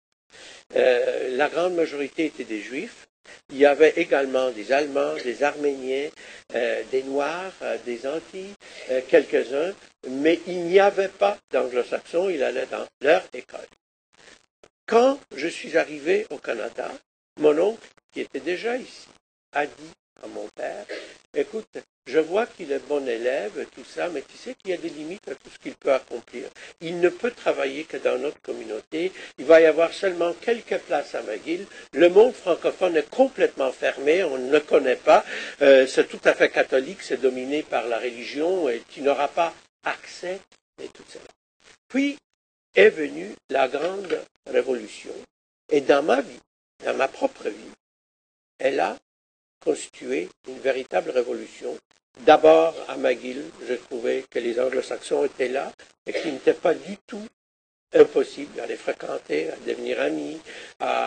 La grande majorité étaient des juifs. Il y avait également des Allemands, des Arméniens, des Noirs, des Antilles, quelques-uns, mais il n'y avait pas d'anglo-saxons, ils allaient dans leur école. Quand je suis arrivé au Canada, mon oncle, qui était déjà ici, a dit à mon père, écoute, je vois qu'il est bon élève, tout ça, mais tu sais qu'il y a des limites à tout ce qu'il peut accomplir. Il ne peut travailler que dans notre communauté. Il va y avoir seulement quelques places à McGill. Le monde francophone est complètement fermé, on ne le connaît pas. C'est tout à fait catholique, c'est dominé par la religion et tu n'auras pas accès à tout cela. Puis est venue la grande révolution. Et dans ma vie, dans ma propre vie, elle a constitué une véritable révolution. D'abord, à McGill, je trouvais que les anglo-saxons étaient là et qu'il n'était pas du tout impossible à les fréquenter, à devenir amis, à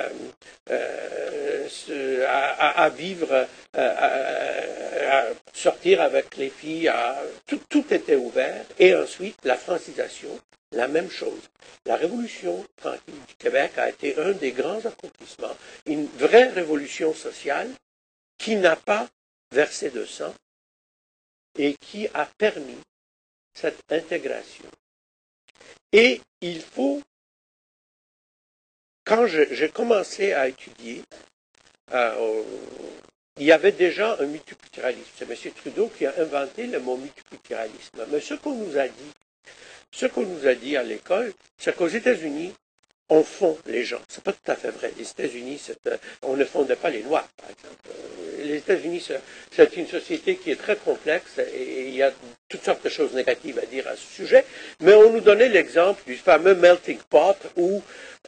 vivre, à sortir avec les filles, tout était ouvert. Et ensuite, la francisation, la même chose. La révolution tranquille du Québec a été un des grands accomplissements, une vraie révolution sociale qui n'a pas versé de sang et qui a permis cette intégration. Et il faut, quand j'ai commencé à étudier, il y avait déjà un multiculturalisme. C'est M. Trudeau qui a inventé le mot multiculturalisme. Mais ce qu'on nous a dit à l'école, c'est qu'aux États-Unis, on fond les gens. C'est pas tout à fait vrai. Les États-Unis, on ne fondait pas les lois, par exemple. Les États-Unis, c'est une société qui est très complexe et il y a toutes sortes de choses négatives à dire à ce sujet. Mais on nous donnait l'exemple du fameux melting pot où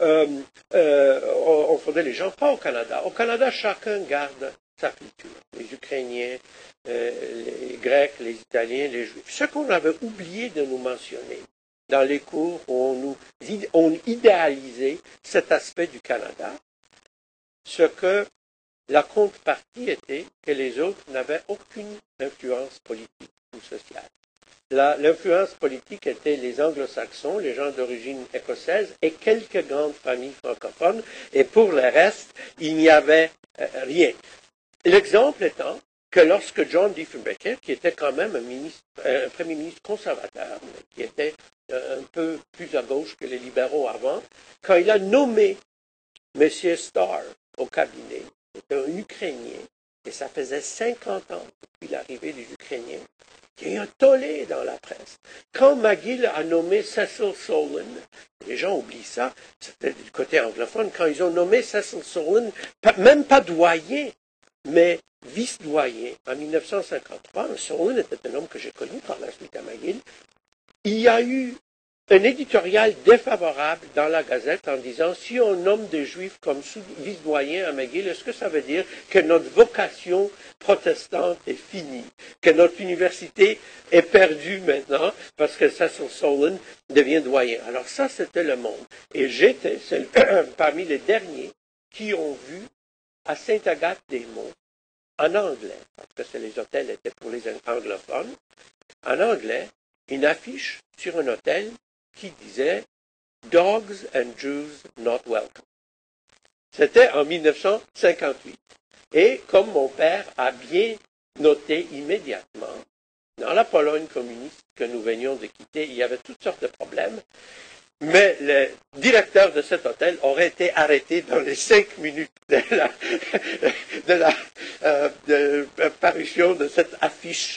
on fondait les gens, pas au Canada. Au Canada, chacun garde sa culture. Les Ukrainiens, les Grecs, les Italiens, les Juifs. Ce qu'on avait oublié de nous mentionner, dans les cours où on idéalisait cet aspect du Canada, ce que la contrepartie était que les autres n'avaient aucune influence politique ou sociale. L'influence politique était les anglo-saxons, les gens d'origine écossaise et quelques grandes familles francophones, et pour le reste, il n'y avait rien. L'exemple étant que lorsque John Diefenbaker, qui était quand même un premier ministre conservateur, mais qui était un peu plus à gauche que les libéraux avant, quand il a nommé M. Starr au cabinet, c'était un Ukrainien, et ça faisait 50 ans depuis l'arrivée des Ukrainiens, qu'il y a eu un tollé dans la presse. Quand McGill a nommé Cecil Solon, les gens oublient ça, c'était du côté anglophone, quand ils ont nommé Cecil Solon, même pas doyen, mais vice-doyen, en 1953, Solon était un homme que j'ai connu par la suite à McGill, il y a eu un éditorial défavorable dans la Gazette en disant si on nomme des Juifs comme vice-doyens à McGill, est-ce que ça veut dire que notre vocation protestante est finie, que notre université est perdue maintenant parce que Cecil Solon devient doyen? Alors ça, c'était Le Monde. Et j'étais parmi les derniers qui ont vu à Sainte-Agathe-des-Monts, en anglais, parce que les hôtels étaient pour les anglophones, en anglais, une affiche sur un hôtel qui disait « Dogs and Jews not welcome ». C'était en 1958. Et comme mon père a bien noté immédiatement, dans la Pologne communiste que nous venions de quitter, il y avait toutes sortes de problèmes, mais le directeur de cet hôtel aurait été arrêté dans les 5 minutes de la parution de cette affiche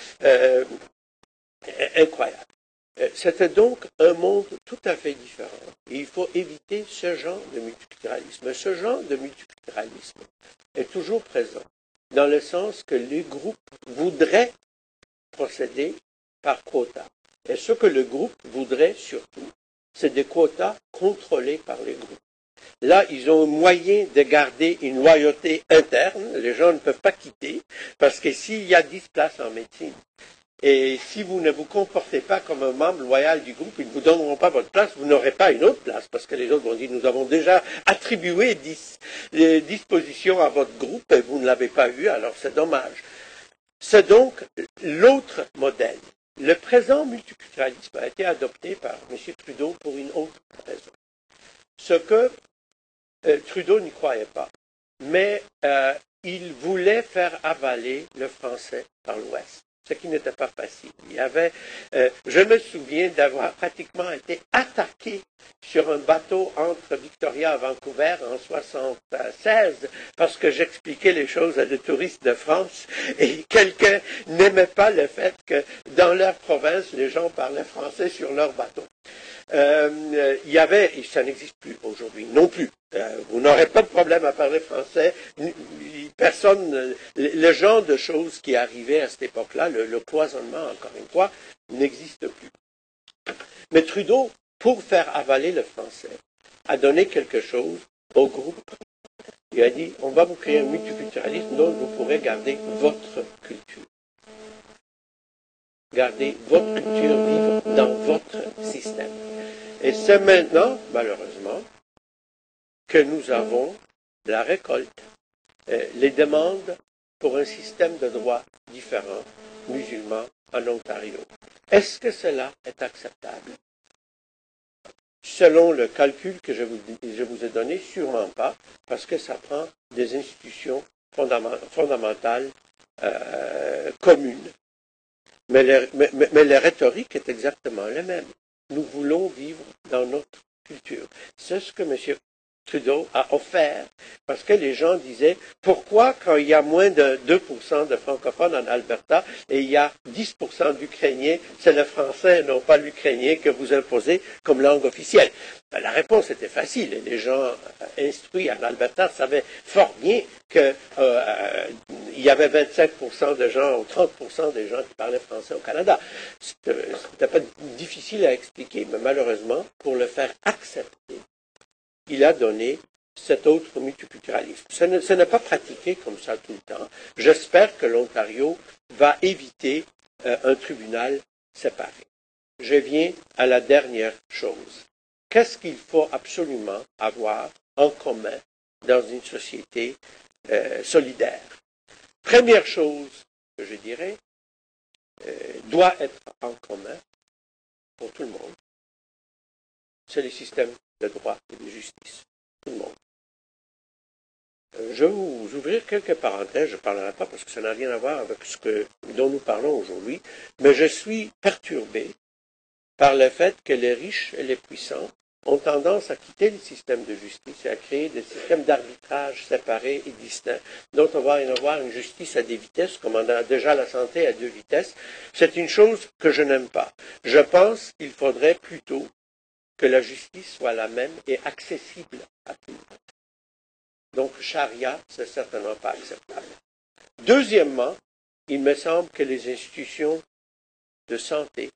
incroyable. C'était donc un monde tout à fait différent. Et il faut éviter ce genre de multiculturalisme. Ce genre de multiculturalisme est toujours présent, dans le sens que les groupes voudraient procéder par quota. Et ce que le groupe voudrait surtout, c'est des quotas contrôlés par les groupes. Là, ils ont un moyen de garder une loyauté interne. Les gens ne peuvent pas quitter, parce que s'il y a 10 places en médecine, et si vous ne vous comportez pas comme un membre loyal du groupe, ils ne vous donneront pas votre place, vous n'aurez pas une autre place, parce que les autres vont dire, nous avons déjà attribué 10 dispositions à votre groupe, et vous ne l'avez pas eu, alors c'est dommage. C'est donc l'autre modèle. Le présent multiculturalisme a été adopté par M. Trudeau pour une autre raison. Ce que Trudeau n'y croyait pas, mais il voulait faire avaler le français par l'Ouest, ce qui n'était pas facile. Il y avait, je me souviens d'avoir pratiquement été attaqué sur un bateau entre Victoria et Vancouver en 1976 parce que j'expliquais les choses à des touristes de France et quelqu'un n'aimait pas le fait que dans leur province, les gens parlaient français sur leur bateau. Il y avait, et ça n'existe plus aujourd'hui non plus, vous n'aurez pas de problème à parler français, personne, le genre de choses qui arrivaient à cette époque-là, le cloisonnement, encore une fois, n'existe plus. Mais Trudeau, pour faire avaler le français, a donné quelque chose au groupe. Il a dit, on va vous créer un multiculturalisme dont vous pourrez garder votre culture. Garder votre culture, vivre dans votre système. Et c'est maintenant, malheureusement, que nous avons la récolte, les demandes pour un système de droit différent, musulman, en Ontario. Est-ce que cela est acceptable? Selon le calcul que je vous ai donné, sûrement pas, parce que ça prend des institutions fondamentales communes. Mais la rhétorique est exactement la même. Nous voulons vivre dans notre culture. C'est ce que M. Trudeau a offert, parce que les gens disaient, pourquoi quand il y a moins de 2% de francophones en Alberta et il y a 10% d'Ukrainiens, c'est le français et non pas l'ukrainien que vous imposez comme langue officielle? Ben, la réponse était facile, et les gens instruits en Alberta savaient fort bien qu'il y avait 25% de gens, ou 30% des gens qui parlaient français au Canada. C'était pas difficile à expliquer, mais malheureusement, pour le faire accepter, il a donné cet autre multiculturalisme. Ce n'est pas pratiqué comme ça tout le temps. J'espère que l'Ontario va éviter un tribunal séparé. je viens à la dernière chose. Qu'est-ce qu'il faut absolument avoir en commun dans une société solidaire? Première chose que je dirais, doit être en commun pour tout le monde, c'est le système de droit et de justice. Tout le monde. Je vais vous ouvrir quelques parenthèses, je ne parlerai pas parce que ça n'a rien à voir avec dont nous parlons aujourd'hui, mais je suis perturbé par le fait que les riches et les puissants ont tendance à quitter le système de justice et à créer des systèmes d'arbitrage séparés et distincts, dont on va y avoir une justice à des vitesses, comme on a déjà la santé à 2 vitesses. C'est une chose que je n'aime pas. Je pense qu'il faudrait plutôt que la justice soit la même et accessible à tout le monde. Donc, charia, c'est certainement pas acceptable. Deuxièmement, il me semble que les institutions de santé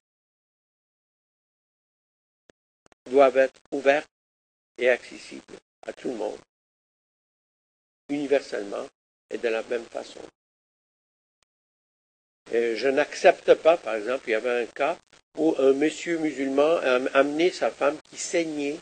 doivent être ouvertes et accessibles à tout le monde, universellement et de la même façon. Et je n'accepte pas, par exemple, il y avait un cas où un monsieur musulman a amené sa femme qui saignait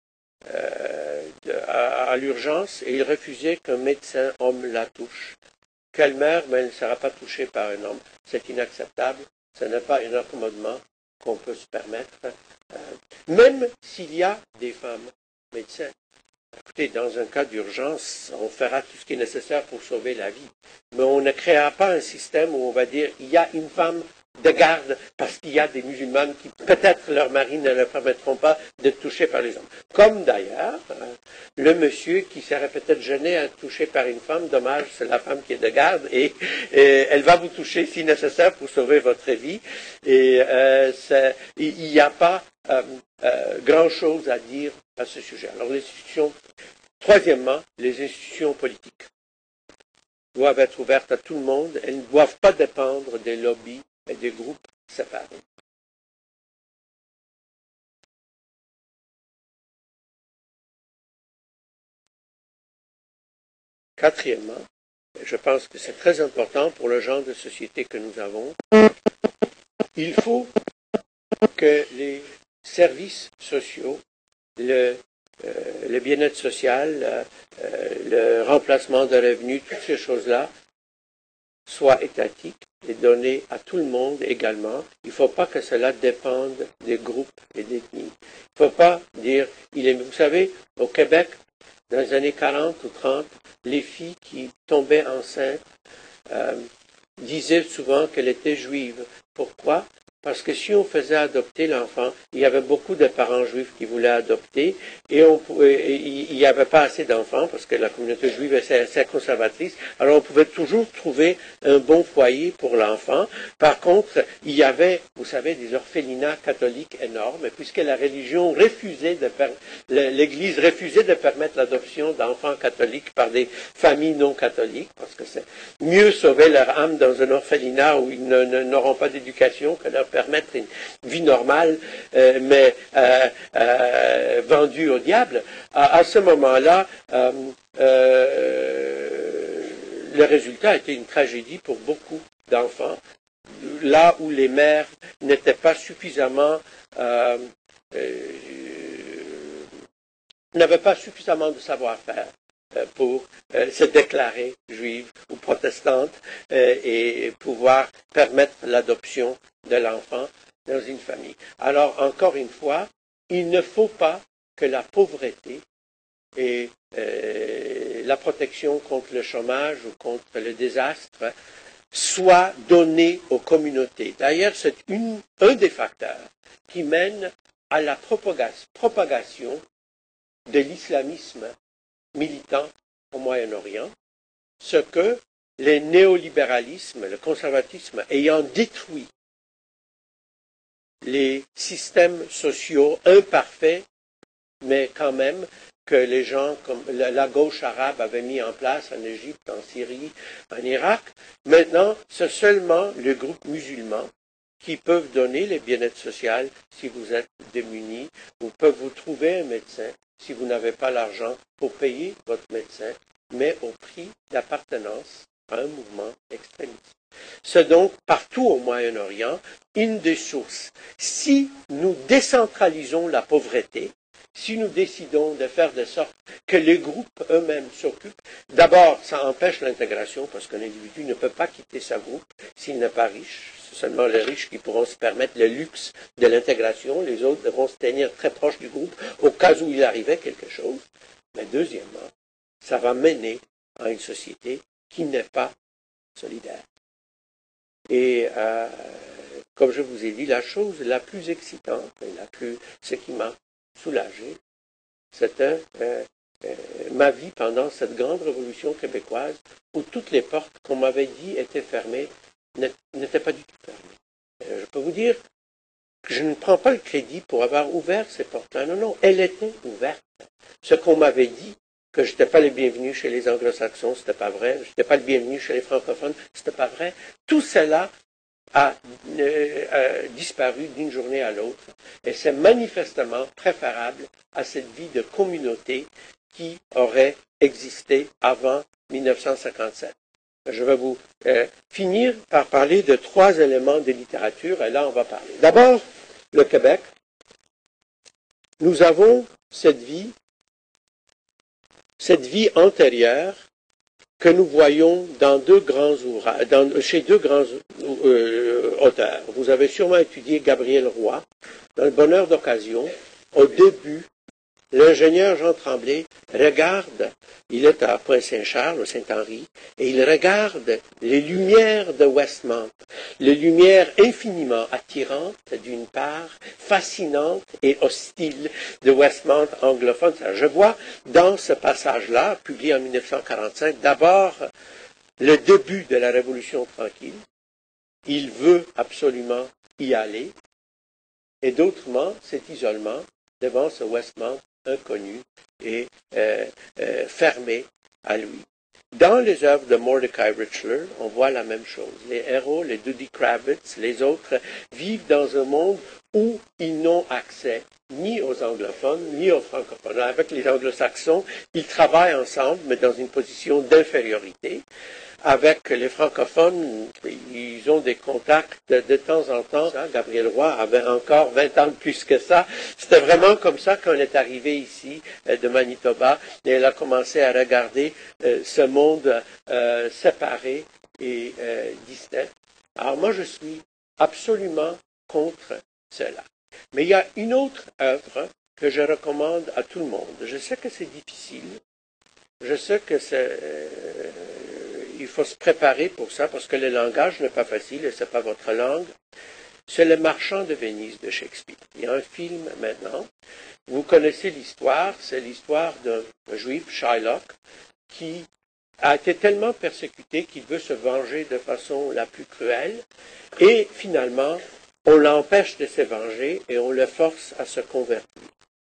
à l'urgence et il refusait qu'un médecin homme la touche. Quelle mère, mais elle ne sera pas touchée par un homme. C'est inacceptable. Ce n'est pas un accommodement qu'on peut se permettre. Même s'il y a des femmes médecins. Écoutez, dans un cas d'urgence, on fera tout ce qui est nécessaire pour sauver la vie. Mais on ne créera pas un système où on va dire il y a une femme de garde parce qu'il y a des musulmanes qui, peut-être, leurs maris ne leur permettront pas d'être touchés par les hommes. Comme d'ailleurs, le monsieur qui serait peut-être gêné à être touché par une femme, dommage, c'est la femme qui est de garde et elle va vous toucher si nécessaire pour sauver votre vie. Et il n'y a pas grand-chose à dire à ce sujet. Alors, troisièmement, les institutions politiques doivent être ouvertes à tout le monde. Elles ne doivent pas dépendre des lobbies et des groupes séparés. Quatrièmement, je pense que c'est très important pour le genre de société que nous avons, il faut que les services sociaux, le bien-être social, le remplacement de revenus, toutes ces choses-là, soient étatiques et donnés à tout le monde également. Il ne faut pas que cela dépende des groupes et des ethnies. Il ne faut pas dire, vous savez, au Québec, dans les années 40 ou 30, les filles qui tombaient enceintes disaient souvent qu'elles étaient juives. Pourquoi? Parce que si on faisait adopter l'enfant, il y avait beaucoup de parents juifs qui voulaient adopter et il n'y avait pas assez d'enfants parce que la communauté juive est assez conservatrice. Alors on pouvait toujours trouver un bon foyer pour l'enfant. Par contre, il y avait, vous savez, des orphelinats catholiques énormes. Et puisque la religion refusait l'Église refusait de permettre l'adoption d'enfants catholiques par des familles non catholiques, parce que c'est mieux sauver leur âme dans un orphelinat où ils n'auront pas d'éducation que leur permettre une vie normale, mais vendue au diable. À ce moment-là, le résultat a été une tragédie pour beaucoup d'enfants, là où les mères n'étaient pas suffisamment n'avaient pas suffisamment de savoir-faire pour se déclarer juive ou protestante et pouvoir permettre l'adoption de l'enfant dans une famille. Alors, encore une fois, il ne faut pas que la pauvreté et la protection contre le chômage ou contre le désastre soient données aux communautés. D'ailleurs, c'est un des facteurs qui mène à la propagation de l'islamisme militant au Moyen-Orient, ce que les néolibéralismes, le conservatisme ayant détruit les systèmes sociaux imparfaits, mais quand même que les gens comme la gauche arabe avait mis en place en Égypte, en Syrie, en Irak, maintenant c'est seulement le groupe musulman qui peuvent donner les bien-être social si vous êtes démunis, ou peuvent vous trouver un médecin si vous n'avez pas l'argent pour payer votre médecin, mais au prix d'appartenance à un mouvement extrémiste. C'est donc partout au Moyen-Orient une des sources. Si nous décentralisons la pauvreté, si nous décidons de faire de sorte que les groupes eux-mêmes s'occupent, d'abord, ça empêche l'intégration parce qu'un individu ne peut pas quitter sa groupe s'il n'est pas riche. C'est seulement les riches qui pourront se permettre le luxe de l'intégration. Les autres devront se tenir très proches du groupe au cas où il arrivait quelque chose. Mais deuxièmement, ça va mener à une société qui n'est pas solidaire. Et comme je vous ai dit, la chose la plus excitante et ce qui m'a soulagé, c'était ma vie pendant cette grande révolution québécoise où toutes les portes qu'on m'avait dit étaient fermées n'étaient pas du tout fermées. Je peux vous dire que je ne prends pas le crédit pour avoir ouvert ces portes-là. Non, non, elles étaient ouvertes. Ce qu'on m'avait dit, que je n'étais pas le bienvenu chez les anglo-saxons, c'était pas vrai. Je n'étais pas le bienvenu chez les francophones, c'était pas vrai. Tout cela a disparu d'une journée à l'autre. Et c'est manifestement préférable à cette vie de communauté qui aurait existé avant 1957. Je vais vous finir par parler de 3 éléments de littérature, et là on va parler. D'abord, le Québec. Nous avons cette vie antérieure que nous voyons dans chez deux grands auteurs. Vous avez sûrement étudié Gabriel Roy. Dans Le bonheur d'occasion, au début, l'ingénieur Jean Tremblay regarde, il est à Pointe-Saint-Charles, au Saint-Henri, et il regarde les lumières de Westmount, les lumières infiniment attirantes d'une part, fascinantes et hostiles de Westmount anglophone. Je vois dans ce passage-là, publié en 1945, d'abord le début de la Révolution tranquille. Il veut absolument y aller, et d'autrement, cet isolement devant ce Westmount inconnu et fermé à lui. Dans les œuvres de Mordecai Richler, on voit la même chose. Les héros, les Duddy Kravitz, les autres, vivent dans un monde où ils n'ont accès ni aux anglophones, ni aux francophones. Avec les anglo-saxons, ils travaillent ensemble, mais dans une position d'infériorité. Avec les francophones, ils ont des contacts de temps en temps. Gabriel Roy avait encore 20 ans de plus que ça. C'était vraiment comme ça qu'on est arrivé ici de Manitoba et elle a commencé à regarder ce monde séparé et distinct. Alors moi, je suis absolument contre cela. Mais il y a une autre œuvre que je recommande à tout le monde. Je sais que c'est difficile. Je sais que il faut se préparer pour ça parce que le langage n'est pas facile et c'est pas votre langue. C'est Le Marchand de Venise de Shakespeare. Il y a un film maintenant. Vous connaissez l'histoire. C'est l'histoire d'un juif, Shylock, qui a été tellement persécuté qu'il veut se venger de façon la plus cruelle. Et finalement, on l'empêche de se venger et on le force à se convertir.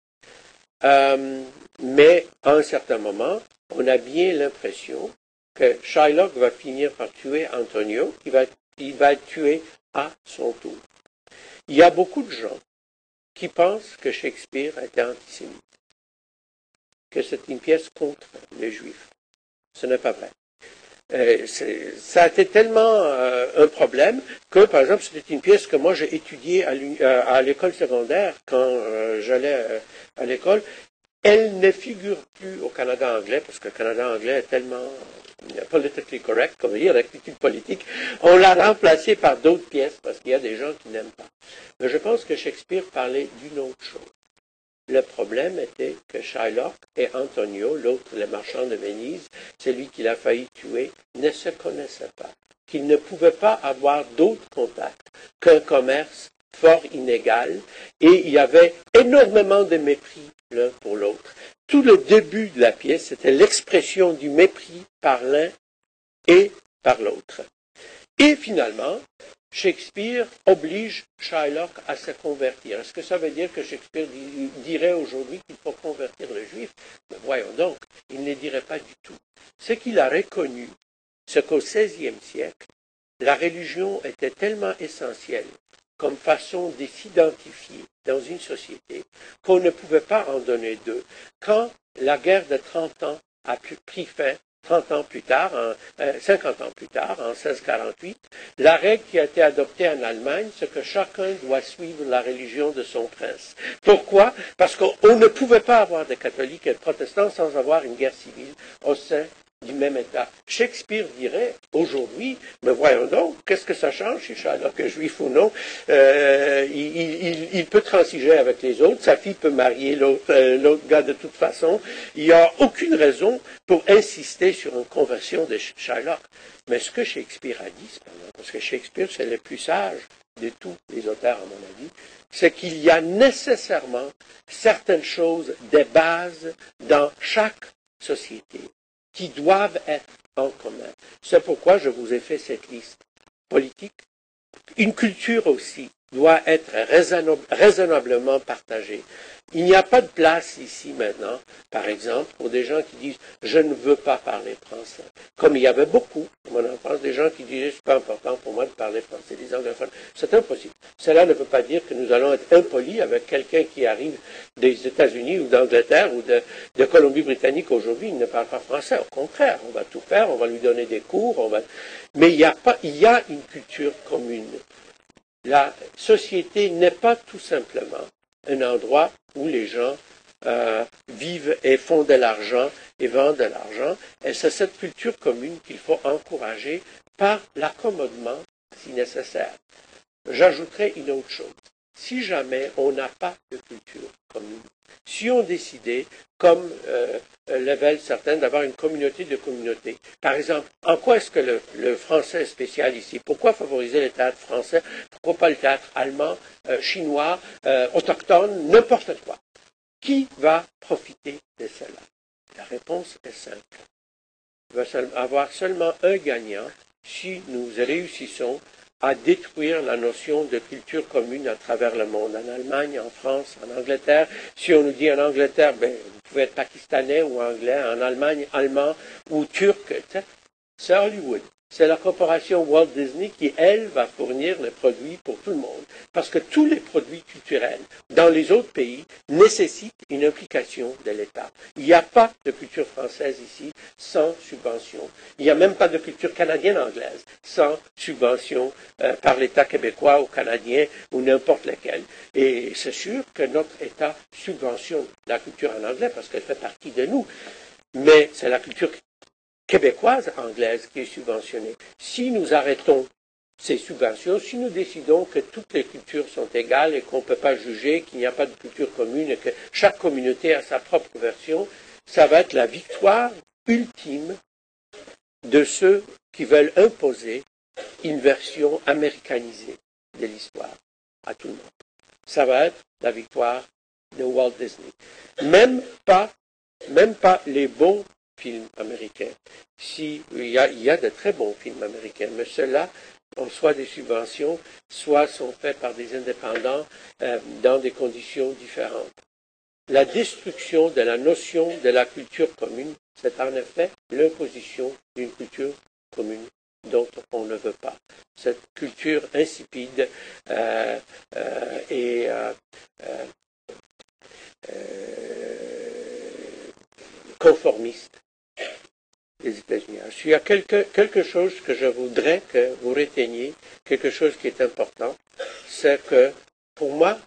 Mais à un certain moment, on a bien l'impression que Shylock va finir par tuer Antonio, il va être tué à son tour. Il y a beaucoup de gens qui pensent que Shakespeare était antisémite, que c'est une pièce contre les Juifs. Ce n'est pas vrai. Ça a été tellement un problème que, par exemple, c'était une pièce que moi j'ai étudiée à l'école secondaire quand j'allais à l'école. Elle ne figure plus au Canada anglais, parce que le Canada anglais est tellement politically correct, comme dire, l'actitude politique. On l'a remplacée par d'autres pièces, parce qu'il y a des gens qui n'aiment pas. Mais je pense que Shakespeare parlait d'une autre chose. Le problème était que Shylock et Antonio, l'autre, le marchand de Venise, celui qu'il a failli tuer, ne se connaissaient pas. Qu'ils ne pouvaient pas avoir d'autres contacts qu'un commerce fort inégal, et il y avait énormément de mépris l'un pour l'autre. Tout le début de la pièce, c'était l'expression du mépris par l'un et par l'autre. Et finalement, Shakespeare oblige Shylock à se convertir. Est-ce que ça veut dire que Shakespeare dirait aujourd'hui qu'il faut convertir le juif? Mais voyons donc, il ne le dirait pas du tout. C'est qu'il a reconnu, ce qu'au XVIe siècle, la religion était tellement essentielle comme façon de s'identifier dans une société qu'on ne pouvait pas en donner deux. Quand la guerre de 30 ans a pris fin 30 ans plus tard, 50 ans plus tard, en 1648, la règle qui a été adoptée en Allemagne, c'est que chacun doit suivre la religion de son prince. Pourquoi? Parce qu'on ne pouvait pas avoir de catholiques et de protestants sans avoir une guerre civile au sein du même État. Shakespeare dirait, aujourd'hui, mais voyons donc, qu'est-ce que ça change si Shylock est juif ou non? Il peut transiger avec les autres, sa fille peut marier l'autre gars de toute façon. Il n'y a aucune raison pour insister sur une conversion de Shylock. Mais ce que Shakespeare a dit, cependant, parce que Shakespeare, c'est le plus sage de tous les auteurs, à mon avis, c'est qu'il y a nécessairement certaines choses, des bases dans chaque société qui doivent être en commun. C'est pourquoi je vous ai fait cette liste politique. Une culture aussi doit être raisonnablement partagée. Il n'y a pas de place ici maintenant, par exemple, pour des gens qui disent « je ne veux pas parler français ». Comme il y avait beaucoup, à mon enfance, des gens qui disaient « c'est pas important pour moi de parler français, des anglophones ». C'est impossible. Cela ne veut pas dire que nous allons être impolis avec quelqu'un qui arrive des États-Unis ou d'Angleterre ou de Colombie-Britannique aujourd'hui, il ne parle pas français. Au contraire, on va tout faire, on va lui donner des cours, mais il y a une culture commune. La société n'est pas tout simplement un endroit où les gens vivent et font de l'argent et vendent de l'argent. Et c'est cette culture commune qu'il faut encourager par l'accommodement si nécessaire. J'ajouterai une autre chose. Si jamais on n'a pas de culture commune, si on décidait, comme le veulent certains, d'avoir une communauté de communautés, par exemple, en quoi est-ce que le français est spécial ici? Pourquoi favoriser le théâtre français? Pourquoi pas le théâtre allemand, chinois, autochtone, n'importe quoi? Qui va profiter de cela? La réponse est simple. Il va avoir seulement un gagnant si nous réussissons à détruire la notion de culture commune à travers le monde, en Allemagne, en France, en Angleterre. Si on nous dit en Angleterre, ben, vous pouvez être pakistanais ou anglais, en Allemagne, allemand ou turc, c'est Hollywood. C'est la corporation Walt Disney qui, elle, va fournir les produits pour tout le monde. Parce que tous les produits culturels dans les autres pays nécessitent une implication de l'État. Il n'y a pas de culture française ici sans subvention. Il n'y a même pas de culture canadienne-anglaise sans subvention par l'État québécois ou canadien ou n'importe lequel. Et c'est sûr que notre État subventionne la culture en anglais parce qu'elle fait partie de nous. Mais c'est la culture québécoise anglaise qui est subventionnée. Si nous arrêtons ces subventions, si nous décidons que toutes les cultures sont égales et qu'on ne peut pas juger, qu'il n'y a pas de culture commune et que chaque communauté a sa propre version, ça va être la victoire ultime de ceux qui veulent imposer une version américanisée de l'histoire à tout le monde. Ça va être la victoire de Walt Disney. Même pas les bons films américains. Il y a de très bons films américains, mais ceux-là ont soit des subventions, soit sont faits par des indépendants dans des conditions différentes. La destruction de la notion de la culture commune, c'est en effet l'imposition d'une culture commune dont on ne veut pas. Cette culture insipide et conformiste des États-Unis. Il y a quelque chose que je voudrais que vous reteniez, quelque chose qui est important, c'est que pour moi,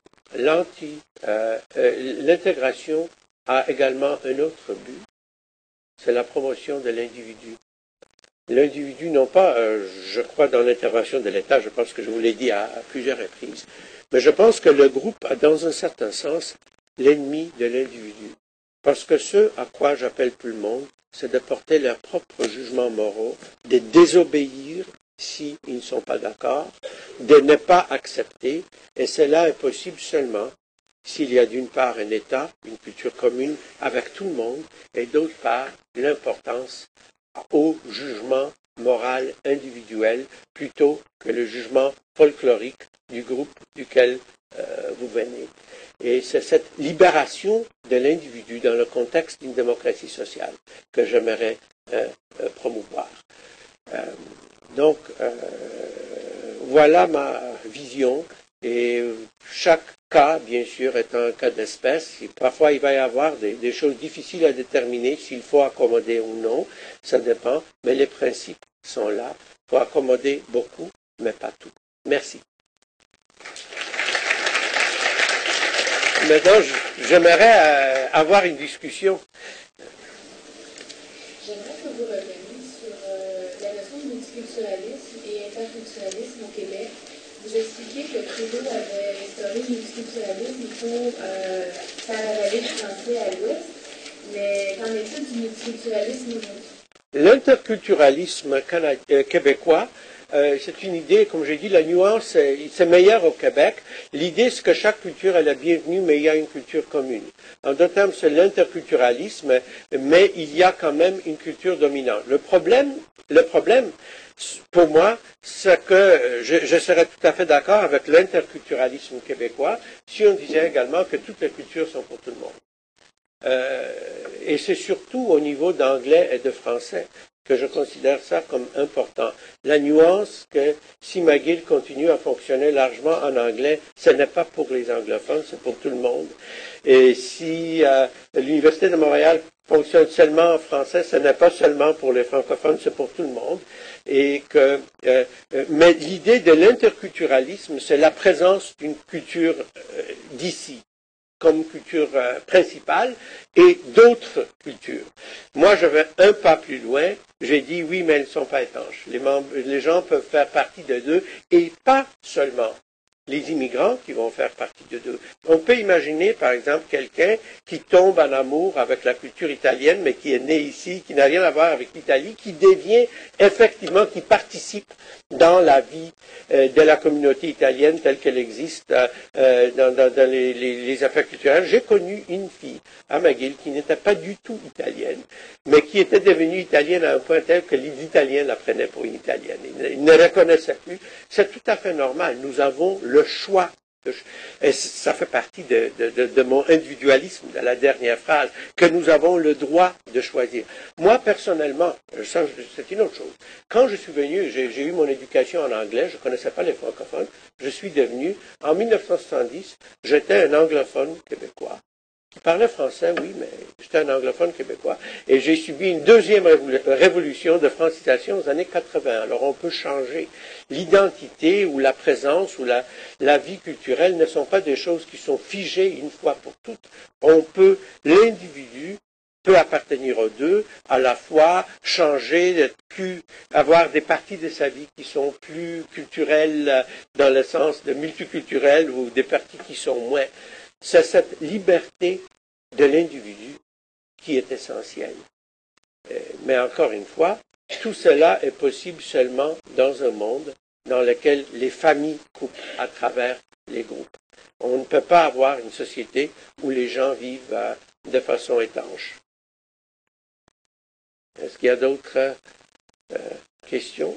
l'intégration a également un autre but, c'est la promotion de l'individu. L'individu, non pas, je crois dans l'intervention de l'État, je pense que je vous l'ai dit à plusieurs reprises, mais je pense que le groupe a dans un certain sens l'ennemi de l'individu. Parce que ce à quoi j'appelle tout le monde, c'est de porter leurs propres jugements moraux, de désobéir s'ils ne sont pas d'accord, de ne pas accepter, et cela est possible seulement s'il y a d'une part un État, une culture commune avec tout le monde, et d'autre part l'importance au jugement moral individuel plutôt que le jugement folklorique du groupe duquel vous venez. Et c'est cette libération de l'individu dans le contexte d'une démocratie sociale que j'aimerais promouvoir. Donc, voilà ma vision et chaque cas, bien sûr, est un cas d'espèce. Parfois, il va y avoir des choses difficiles à déterminer s'il faut accommoder ou non. Ça dépend, mais les principes sont là. Il faut accommoder beaucoup, mais pas tout. Merci. Maintenant, j'aimerais avoir une discussion. J'aimerais que vous reveniez sur la notion de multiculturalisme et interculturalisme au Québec. Vous expliquez que Trudeau avait restauré le multiculturalisme pour faire avaler le français à l'Ouest, mais qu'en est-il du multiculturalisme aujourd'hui? L'interculturalisme québécois, c'est une idée, comme j'ai dit, la nuance, c'est meilleur au Québec. L'idée, c'est que chaque culture est la bienvenue, mais il y a une culture commune. En d'autres termes, c'est l'interculturalisme, mais il y a quand même une culture dominante. Le problème, pour moi, c'est que je serais tout à fait d'accord avec l'interculturalisme québécois si on disait également que toutes les cultures sont pour tout le monde. Et c'est surtout au niveau d'anglais et de français que je considère ça comme important. La nuance que si McGill continue à fonctionner largement en anglais, ce n'est pas pour les anglophones, c'est pour tout le monde. Et si l'Université de Montréal fonctionne seulement en français, ce n'est pas seulement pour les francophones, c'est pour tout le monde. Et que, mais l'idée de l'interculturalisme, c'est la présence d'une culture d'ici comme culture principale et d'autres cultures. Moi, je vais un pas plus loin. J'ai dit oui, mais elles ne sont pas étanches. Les gens peuvent faire partie de deux et pas seulement les immigrants qui vont faire partie de deux. On peut imaginer, par exemple, quelqu'un qui tombe en amour avec la culture italienne, mais qui est né ici, qui n'a rien à voir avec l'Italie, qui devient effectivement, qui participe dans la vie de la communauté italienne telle qu'elle existe dans les affaires culturelles. J'ai connu une fille à McGill qui n'était pas du tout italienne, mais qui était devenue italienne à un point tel que les Italiens la prenaient pour une Italienne. Ils ne reconnaissaient plus. C'est tout à fait normal. Nous avons le choix. Et ça fait partie de mon individualisme, de la dernière phrase, que nous avons le droit de choisir. Moi, personnellement, c'est une autre chose. Quand je suis venu, j'ai eu mon éducation en anglais, je ne connaissais pas les francophones, je suis devenu, en 1970, j'étais un anglophone québécois. Qui parlait français, oui, mais j'étais un anglophone québécois. Et j'ai subi une deuxième révolution de francisation aux années 80. Alors on peut changer. L'identité ou la présence ou la vie culturelle ne sont pas des choses qui sont figées une fois pour toutes. L'individu peut appartenir aux deux, à la fois changer, avoir des parties de sa vie qui sont plus culturelles dans le sens de multiculturelles ou des parties qui sont moins. C'est cette liberté de l'individu qui est essentielle. Mais encore une fois, tout cela est possible seulement dans un monde dans lequel les familles coupent à travers les groupes. On ne peut pas avoir une société où les gens vivent de façon étanche. Est-ce qu'il y a d'autres questions?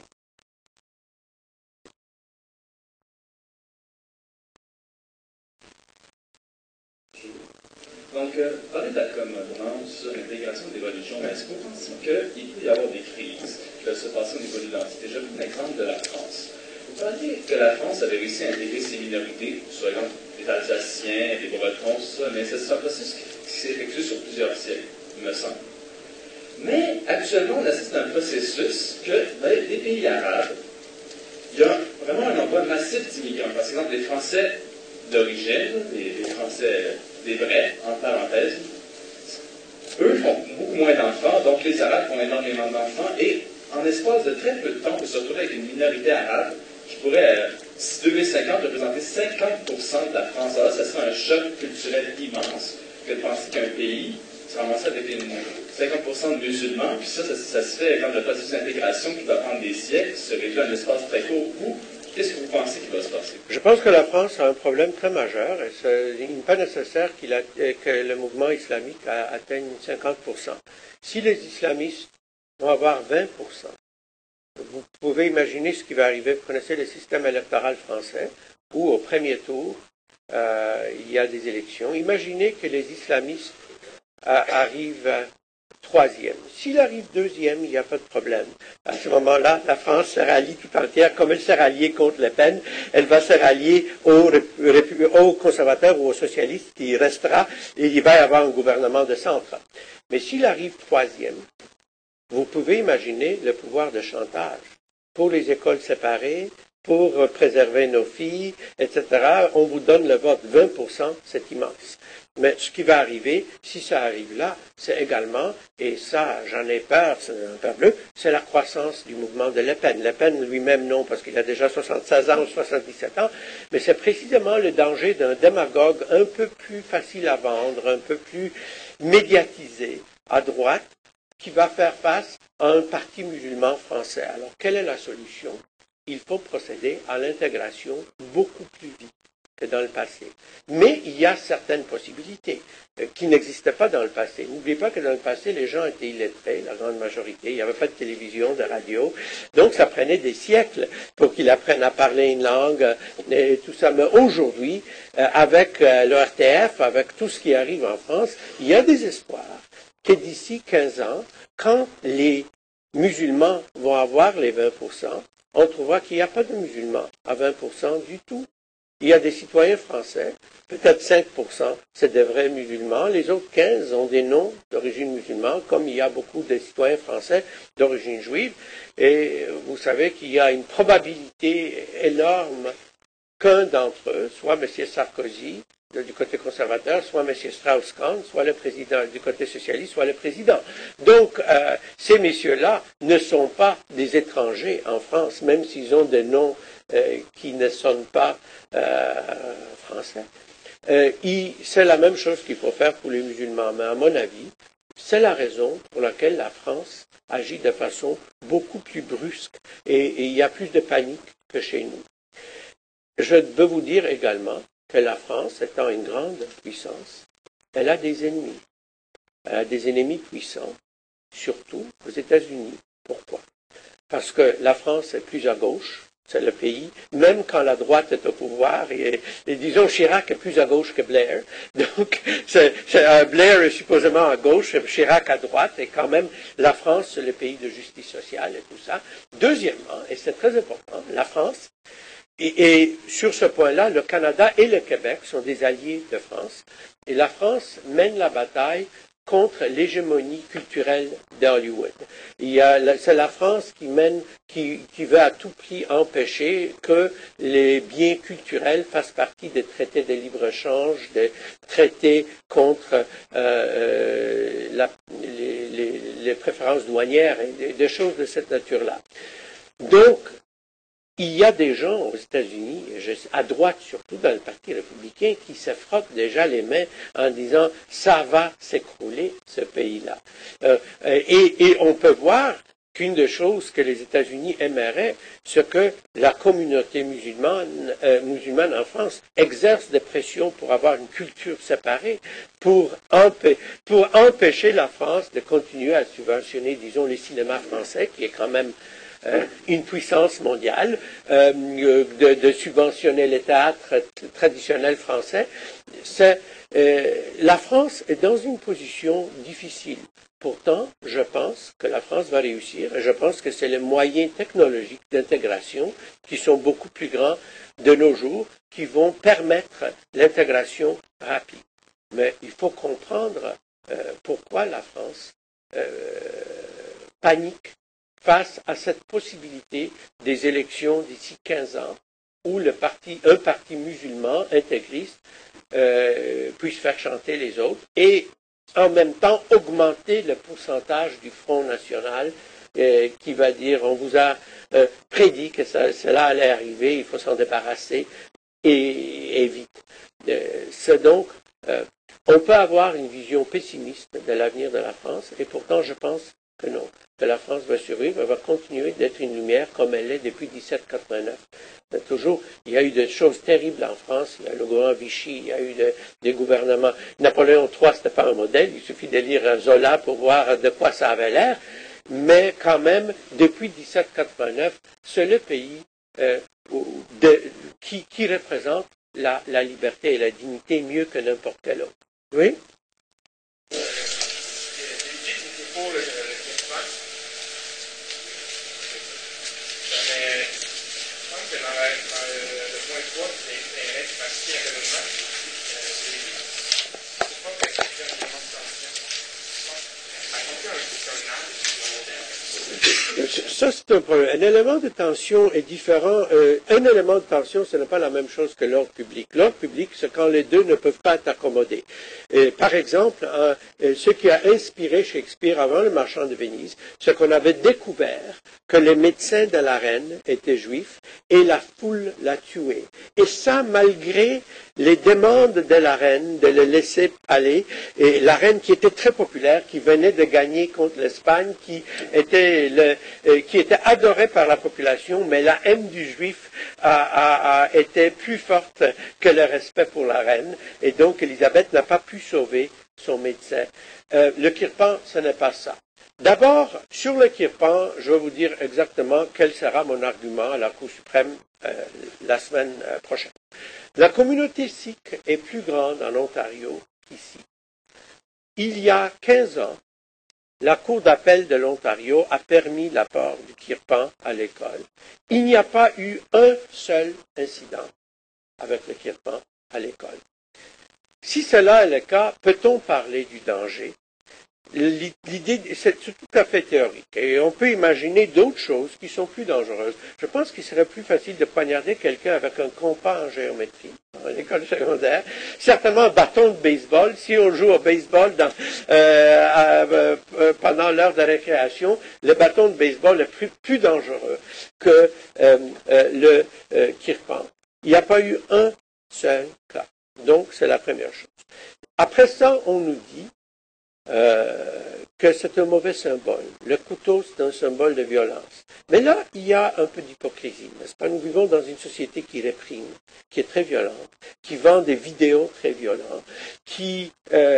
Donc, parler de l'accommodance, l'intégration de l'évolution, mais est-ce qu'on pense qu'il peut y avoir des crises qui peuvent se passer au niveau de l'identité? Je prends l'exemple de la France. Vous parliez que la France avait réussi à intégrer ses minorités, par exemple les Alsaciens, les Bretons, mais c'est un processus qui s'est effectué sur plusieurs siècles, il me semble. Mais actuellement, on assiste à un processus que dans les pays arabes, il y a vraiment un nombre massif d'immigrants. Par exemple, les Français d'origine, les Français des vrais, en parenthèse, eux font beaucoup moins d'enfants, donc les Arabes font énormément d'enfants, et en espace de très peu de temps, on peut se retrouver avec une minorité arabe qui pourrait, d'ici 2050, représenter 50% de la France. Alors, ça serait un choc culturel immense que de penser qu'un pays se ramasserait avec 50% de musulmans, puis ça se fait quand le processus d'intégration qui va prendre des siècles se réduit à un espace très court. Qu'est-ce que vous pensez qui va se passer? Je pense que la France a un problème très majeur et il n'est pas nécessaire que le mouvement islamique atteigne 50%. Si les islamistes vont avoir 20%, vous pouvez imaginer ce qui va arriver. Vous connaissez le système électoral français où au premier tour, il y a des élections. Imaginez que les islamistes arrivent troisième. S'il arrive deuxième, il n'y a pas de problème. À ce moment-là, la France se rallie tout entière. Comme elle s'est ralliée contre Le Pen, elle va se rallier aux conservateurs ou aux socialistes qui restera et il va y avoir un gouvernement de centre. Mais s'il arrive troisième, vous pouvez imaginer le pouvoir de chantage pour les écoles séparées, pour préserver nos filles, etc. On vous donne le vote. 20%, c'est immense. Mais ce qui va arriver, si ça arrive là, c'est également, et ça, j'en ai peur, c'est la croissance du mouvement de Le Pen. Le Pen lui-même, non, parce qu'il a déjà 76 ans ou 77 ans, mais c'est précisément le danger d'un démagogue un peu plus facile à vendre, un peu plus médiatisé à droite, qui va faire face à un parti musulman français. Alors, quelle est la solution? Il faut procéder à l'intégration beaucoup plus vite que dans le passé. Mais il y a certaines possibilités qui n'existaient pas dans le passé. N'oubliez pas que dans le passé, les gens étaient illettrés, la grande majorité. Il n'y avait pas de télévision, de radio. Donc, ça prenait des siècles pour qu'ils apprennent à parler une langue et tout ça. Mais aujourd'hui, avec le RTF, avec tout ce qui arrive en France, il y a des espoirs que d'ici 15 ans, quand les musulmans vont avoir les 20%, on trouvera qu'il n'y a pas de musulmans à 20% du tout. Il y a des citoyens français, peut-être 5%, c'est des vrais musulmans. Les autres 15 ont des noms d'origine musulmane, comme il y a beaucoup de citoyens français d'origine juive. Et vous savez qu'il y a une probabilité énorme qu'un d'entre eux, soit M. Sarkozy, du côté conservateur, soit M. Strauss-Kahn, soit le président du côté socialiste, soit le président. Donc, ces messieurs-là ne sont pas des étrangers en France, même s'ils ont des noms qui ne sonnent pas français. C'est la même chose qu'il faut faire pour les musulmans, mais à mon avis, c'est la raison pour laquelle la France agit de façon beaucoup plus brusque et il y a plus de panique que chez nous. Je veux vous dire également que la France, étant une grande puissance, elle a des ennemis. Elle a des ennemis puissants, surtout aux États-Unis. Pourquoi? Parce que la France est plus à gauche, c'est le pays, même quand la droite est au pouvoir, et disons Chirac est plus à gauche que Blair, donc Blair est supposément à gauche, Chirac à droite, et quand même la France c'est le pays de justice sociale et tout ça. Deuxièmement, et c'est très important, la France, et sur ce point-là, le Canada et le Québec sont des alliés de France. Et la France mène la bataille contre l'hégémonie culturelle d'Hollywood. C'est la France qui veut à tout prix empêcher que les biens culturels fassent partie des traités de libre-échange, des traités contre les préférences douanières et des choses de cette nature-là. Donc, il y a des gens aux États-Unis, à droite surtout dans le Parti républicain, qui se frottent déjà les mains en disant « ça va s'écrouler, ce pays-là ». Et on peut voir qu'une des choses que les États-Unis aimeraient, c'est que la communauté musulmane en France exerce des pressions pour avoir une culture séparée, pour empêcher la France de continuer à subventionner, disons, les cinémas français, qui est quand même une puissance mondiale, de subventionner les théâtres traditionnels français. La France est dans une position difficile. Pourtant, je pense que la France va réussir et je pense que c'est les moyens technologiques d'intégration qui sont beaucoup plus grands de nos jours qui vont permettre l'intégration rapide. Mais il faut comprendre pourquoi la France panique face à cette possibilité des élections d'ici 15 ans où un parti musulman intégriste puisse faire chanter les autres et en même temps augmenter le pourcentage du Front National qui va dire on vous a prédit que cela allait arriver, il faut s'en débarrasser et vite. C'est donc, on peut avoir une vision pessimiste de l'avenir de la France et pourtant je pense que non, que la France va survivre, elle va continuer d'être une lumière comme elle est depuis 1789. Il y a eu des choses terribles en France, il y a le grand Vichy, il y a eu des gouvernements. Napoléon III, c'était pas un modèle, il suffit de lire Zola pour voir de quoi ça avait l'air, mais quand même, depuis 1789, c'est le pays qui représente la liberté et la dignité mieux que n'importe quel autre. Oui? ça, c'est un problème. Un élément de tension est différent. Un élément de tension, ce n'est pas la même chose que l'ordre public. L'ordre public, c'est quand les deux ne peuvent pas être accommodés. Par exemple, ce qui a inspiré Shakespeare avant Le Marchand de Venise, c'est qu'on avait découvert que les médecins de la reine étaient juifs et la foule l'a tué. Et ça, malgré les demandes de la reine de le laisser aller, et la reine qui était très populaire, qui venait de gagner contre l'Espagne, qui était adorée par la population, mais la haine du juif a été plus forte que le respect pour la reine, et donc Élisabeth n'a pas pu sauver son médecin. Le kirpan, ce n'est pas ça. D'abord, sur le kirpan, je vais vous dire exactement quel sera mon argument à la Cour suprême la semaine prochaine. La communauté sikh est plus grande en Ontario qu'ici. Il y a 15 ans, la Cour d'appel de l'Ontario a permis l'apport du kirpan à l'école. Il n'y a pas eu un seul incident avec le kirpan à l'école. Si cela est le cas, peut-on parler du danger? L'idée, c'est tout à fait théorique. Et on peut imaginer d'autres choses qui sont plus dangereuses. Je pense qu'il serait plus facile de poignarder quelqu'un avec un compas en géométrie, dans l'école secondaire. Certainement un bâton de baseball. Si on joue au baseball pendant l'heure de récréation, le bâton de baseball est plus dangereux que le kirpan. Il n'y a pas eu un seul cas. Donc, c'est la première chose. Après ça, on nous dit que c'est un mauvais symbole. Le couteau, c'est un symbole de violence. Mais là, il y a un peu d'hypocrisie, n'est-ce pas? Nous vivons dans une société qui réprime, qui est très violente, qui vend des vidéos très violentes, qui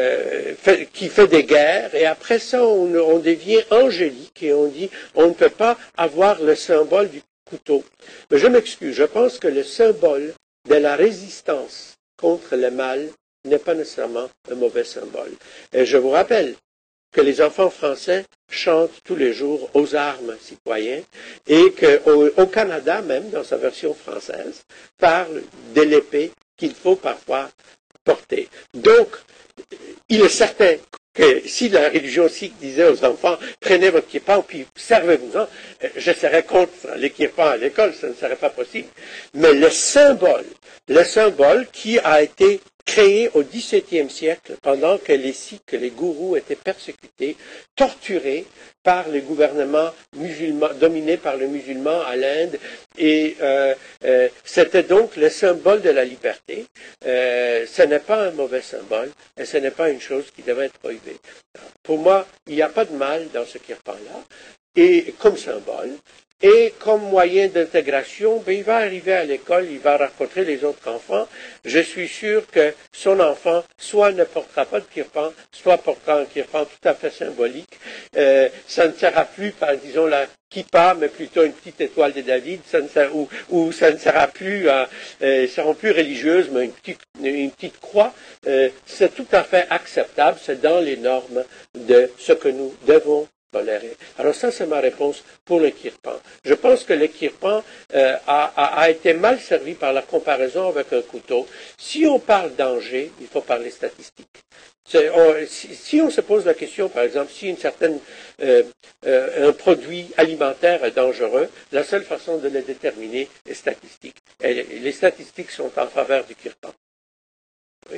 fait des guerres, et après ça, on devient angélique et on dit, on ne peut pas avoir le symbole du couteau. Mais je m'excuse, je pense que le symbole de la résistance contre le mal n'est pas nécessairement un mauvais symbole. Et je vous rappelle que les enfants français chantent tous les jours aux armes citoyens et qu'au Canada, même dans sa version française, parle de l'épée qu'il faut parfois porter. Donc, il est certain que si la religion sikh disait aux enfants, prenez votre kirpan puis servez-vous-en, je serais contre les kirpans à l'école, ça ne serait pas possible. Mais le symbole qui a été créé au XVIIe siècle, pendant que les Sikhs, les gourous étaient persécutés, torturés par les gouvernements musulmans, dominés par les musulmans à l'Inde, et c'était donc le symbole de la liberté. Ce n'est pas un mauvais symbole, et ce n'est pas une chose qui devrait être prohibée. Pour moi, il n'y a pas de mal dans ce kirpan-là, et comme symbole. Et comme moyen d'intégration, il va arriver à l'école, il va rencontrer les autres enfants. Je suis sûr que son enfant soit ne portera pas de kirpan, soit portera un kirpan tout à fait symbolique. Ça ne sera plus, par disons, la kippa, mais plutôt une petite étoile de David, ou ça ne sera plus, seront plus religieuses, mais une petite croix. C'est tout à fait acceptable, c'est dans les normes de ce que nous devons tolérer. Alors ça, c'est ma réponse pour le kirpan. Je pense que le kirpan a été mal servi par la comparaison avec un couteau. Si on parle danger, il faut parler statistique. Si on se pose la question, par exemple, si un produit alimentaire est dangereux, la seule façon de le déterminer est statistique. Et les statistiques sont en faveur du kirpan. Oui?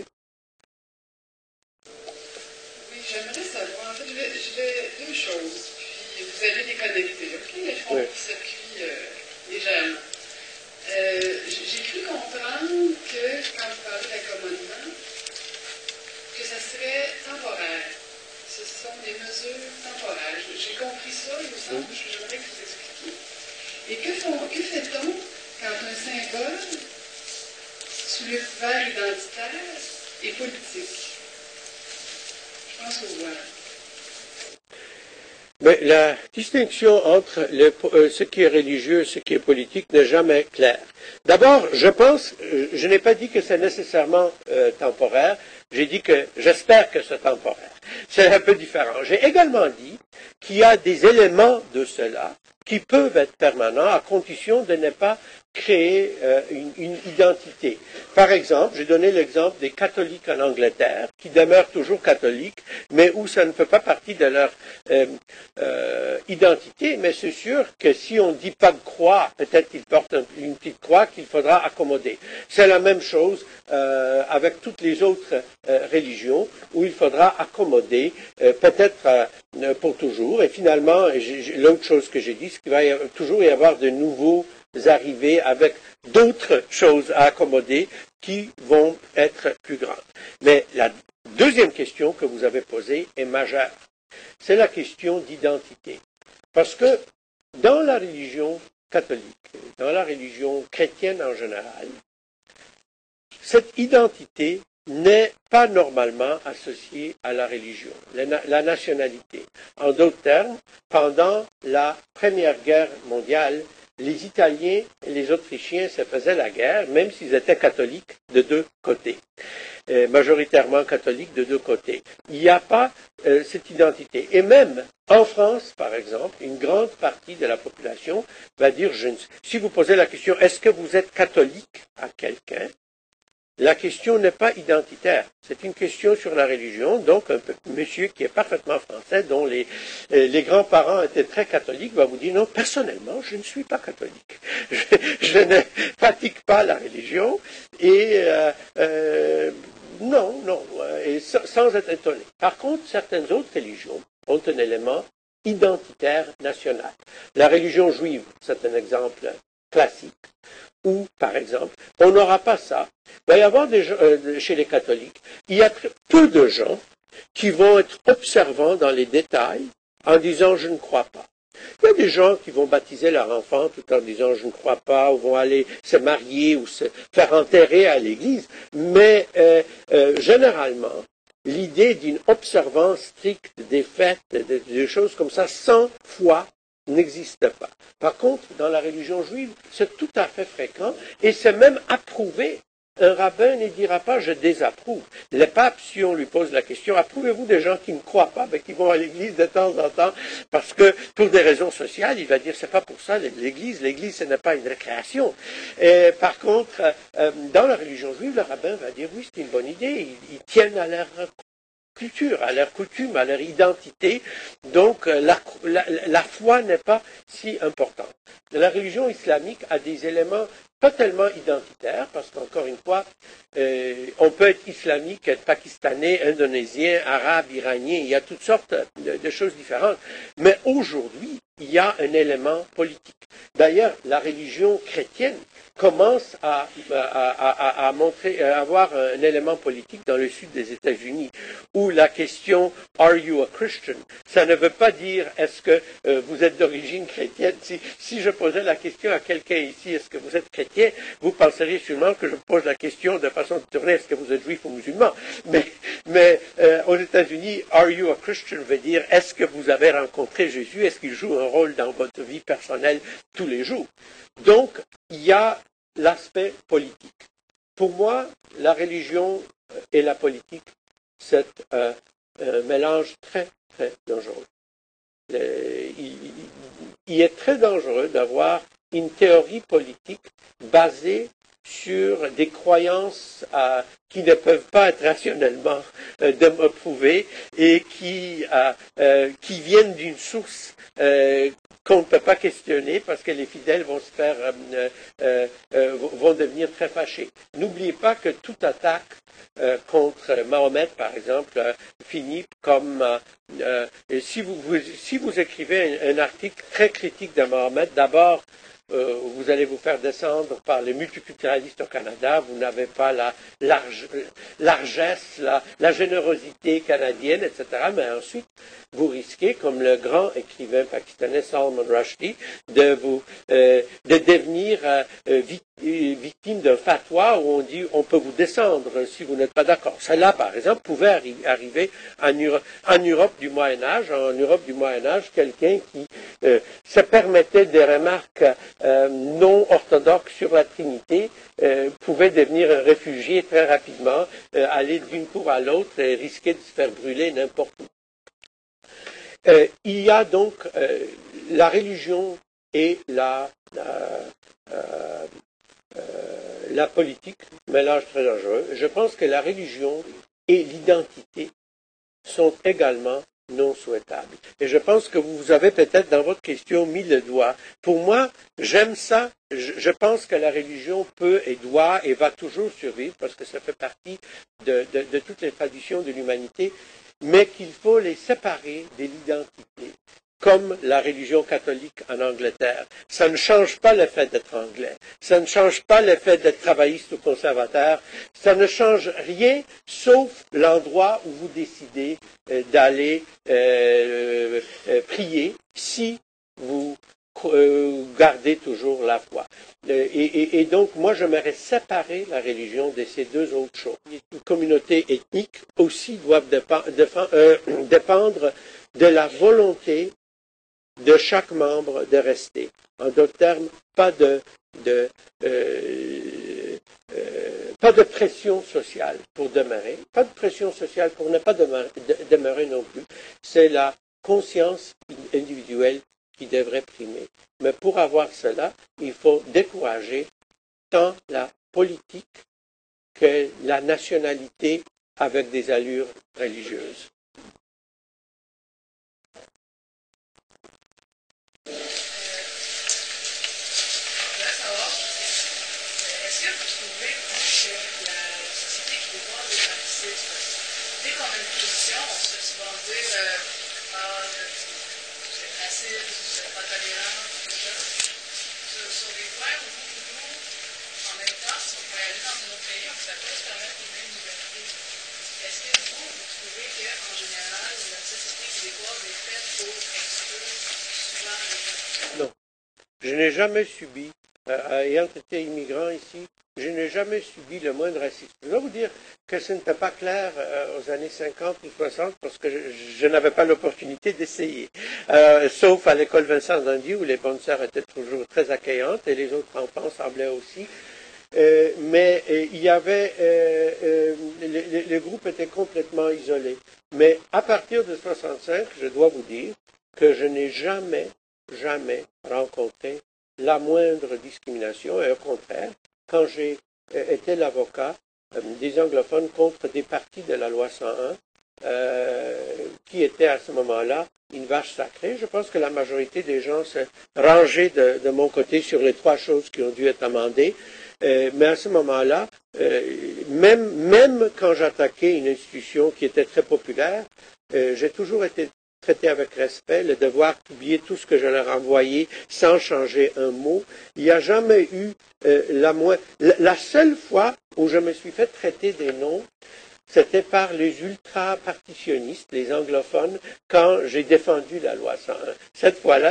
Oui, j'aimerais savoir, en fait, je vais deux choses, puis vous allez les connecter, ok? Je fais un petit circuit légèrement. J'ai cru comprendre que, quand vous parlez d'accommodement, que ça serait temporaire. Ce sont des mesures temporaires. J'ai compris ça, il me semble, j'aimerais que vous expliquiez. Et que fait-on quand un symbole, sous le couvert identitaire, est politique? Je pense que voilà. Mais la distinction entre ce qui est religieux et ce qui est politique n'est jamais claire. D'abord, je n'ai pas dit que c'est nécessairement temporaire, j'ai dit que j'espère que c'est temporaire. C'est un peu différent. J'ai également dit qu'il y a des éléments de cela qui peuvent être permanents à condition de ne pas créer une identité. Par exemple, j'ai donné l'exemple des catholiques en Angleterre, qui demeurent toujours catholiques, mais où ça ne fait pas partie de leur identité. Mais c'est sûr que si on ne dit pas de croix, peut-être qu'ils portent une petite croix qu'il faudra accommoder. C'est la même chose avec toutes les autres religions, où il faudra accommoder, peut-être pour toujours. Et finalement, l'autre chose que j'ai dit, c'est qu'il va toujours y avoir de nouveaux arriver avec d'autres choses à accommoder qui vont être plus grandes. Mais la deuxième question que vous avez posée est majeure. C'est la question d'identité. Parce que dans la religion catholique, dans la religion chrétienne en général, cette identité n'est pas normalement associée à la religion, la nationalité. En d'autres termes, pendant la Première Guerre mondiale, les Italiens et les Autrichiens se faisaient la guerre, même s'ils étaient catholiques de deux côtés, majoritairement catholiques de deux côtés. Il n'y a pas cette identité. Et même en France, par exemple, une grande partie de la population va dire, si vous posez la question, est-ce que vous êtes catholique à quelqu'un? La question n'est pas identitaire, c'est une question sur la religion. Donc, un monsieur qui est parfaitement français, dont les grands-parents étaient très catholiques, va vous dire, non, personnellement, je ne suis pas catholique. Je ne pratique pas la religion, et non, et sans être étonné. Par contre, certaines autres religions ont un élément identitaire national. La religion juive, c'est un exemple classique. Ou, par exemple, on n'aura pas ça. Il va y avoir chez les catholiques, il y a peu de gens qui vont être observants dans les détails en disant « je ne crois pas ». Il y a des gens qui vont baptiser leur enfant tout en disant « je ne crois pas » ou vont aller se marier ou se faire enterrer à l'église, mais généralement, l'idée d'une observance stricte des fêtes, des choses comme ça, sans foi, n'existe pas. Par contre, dans la religion juive, c'est tout à fait fréquent et c'est même approuvé. Un rabbin ne dira pas « je désapprouve ». Le pape, si on lui pose la question « approuvez-vous des gens qui ne croient pas, mais qui vont à l'église de temps en temps parce que pour des raisons sociales », il va dire « c'est pas pour ça l'église ce n'est pas une récréation ». Par contre, dans la religion juive, le rabbin va dire « oui, c'est une bonne idée, ils tiennent à leur culture, à leur coutume, à leur identité. Donc, la foi n'est pas si importante. La religion islamique a des éléments pas tellement identitaires, parce qu'encore une fois, on peut être islamique, être pakistanais, indonésien, arabe, iranien, il y a toutes sortes de choses différentes. Mais aujourd'hui, il y a un élément politique. D'ailleurs, la religion chrétienne commence à avoir un élément politique dans le sud des États-Unis, où la question « Are you a Christian ?» ça ne veut pas dire « Est-ce que vous êtes d'origine chrétienne ?» Si je posais la question à quelqu'un ici « Est-ce que vous êtes chrétien ?» vous penseriez sûrement que je pose la question de façon détournée « Est-ce que vous êtes juif ou musulman ?» Mais aux États-Unis, « Are you a Christian ?» veut dire « Est-ce que vous avez rencontré Jésus? Est-ce qu'il joue un rôle dans votre vie personnelle tous les jours ?» Donc, il y a l'aspect politique. Pour moi, la religion et la politique, c'est un mélange très, très dangereux. Il est très dangereux d'avoir une théorie politique basée sur des croyances qui ne peuvent pas être rationnellement prouvées et qui viennent d'une source qu'on ne peut pas questionner parce que les fidèles vont vont devenir très fâchés. N'oubliez pas que toute attaque contre Mahomet, par exemple, finit comme si vous écrivez un article très critique de Mahomet, d'abord vous allez vous faire descendre par les multiculturalistes au Canada, vous n'avez pas la largesse, la générosité canadienne, etc. Mais ensuite, vous risquez, comme le grand écrivain pakistanais Salman Rushdie, de devenir victime d'un fatwa où on dit on peut vous descendre si vous n'êtes pas d'accord. Cela, par exemple, pouvait arriver en Europe du Moyen-Âge. En Europe du Moyen-Âge, quelqu'un qui se permettait des remarques non orthodoxes sur la Trinité pouvait devenir un réfugié très rapidement, aller d'une cour à l'autre et risquer de se faire brûler n'importe où. Il y a donc la religion et la politique, mélange très dangereux. Je pense que la religion et l'identité sont également non souhaitables. Et je pense que vous avez peut-être dans votre question mis le doigt. Pour moi, j'aime ça. Je pense que la religion peut et doit et va toujours survivre parce que ça fait partie de toutes les traditions de l'humanité, mais qu'il faut les séparer de l'identité, comme la religion catholique en Angleterre. Ça ne change pas le fait d'être anglais. Ça ne change pas le fait d'être travailliste ou conservateur. Ça ne change rien, sauf l'endroit où vous décidez d'aller prier si vous gardez toujours la foi. Et donc, moi, j'aimerais séparer la religion de ces deux autres choses. Les communautés ethniques aussi doivent dépendre de la volonté de chaque membre de rester. En d'autres termes, pas de pression sociale pour demeurer, pas de pression sociale pour ne pas demeurer non plus. C'est la conscience individuelle qui devrait primer. Mais pour avoir cela, il faut décourager tant la politique que la nationalité avec des allures religieuses. Non. Je n'ai jamais subi, ayant été immigrant ici, je n'ai jamais subi le moindre racisme. Je dois vous dire que ce n'était pas clair aux années 50 ou 60 parce que je n'avais pas l'opportunité d'essayer. Sauf à l'école Vincent d'Indy où les bonnes sœurs étaient toujours très accueillantes et les autres enfants semblaient aussi. Mais il y avait, le groupe était complètement isolé. Mais à partir de 65, je dois vous dire que je n'ai jamais rencontré la moindre discrimination. Et au contraire, quand j'ai été l'avocat des anglophones contre des parties de la loi 101, qui était à ce moment-là une vache sacrée, je pense que la majorité des gens se rangeaient de mon côté sur les trois choses qui ont dû être amendées. Mais à ce moment-là, même quand j'attaquais une institution qui était très populaire, j'ai toujours été traité avec respect, le devoir publier tout ce que je leur envoyais sans changer un mot. Il n'y a jamais eu la seule fois où je me suis fait traiter des noms, c'était par les ultra-partitionnistes, les anglophones, quand j'ai défendu la loi 101. Cette fois-là,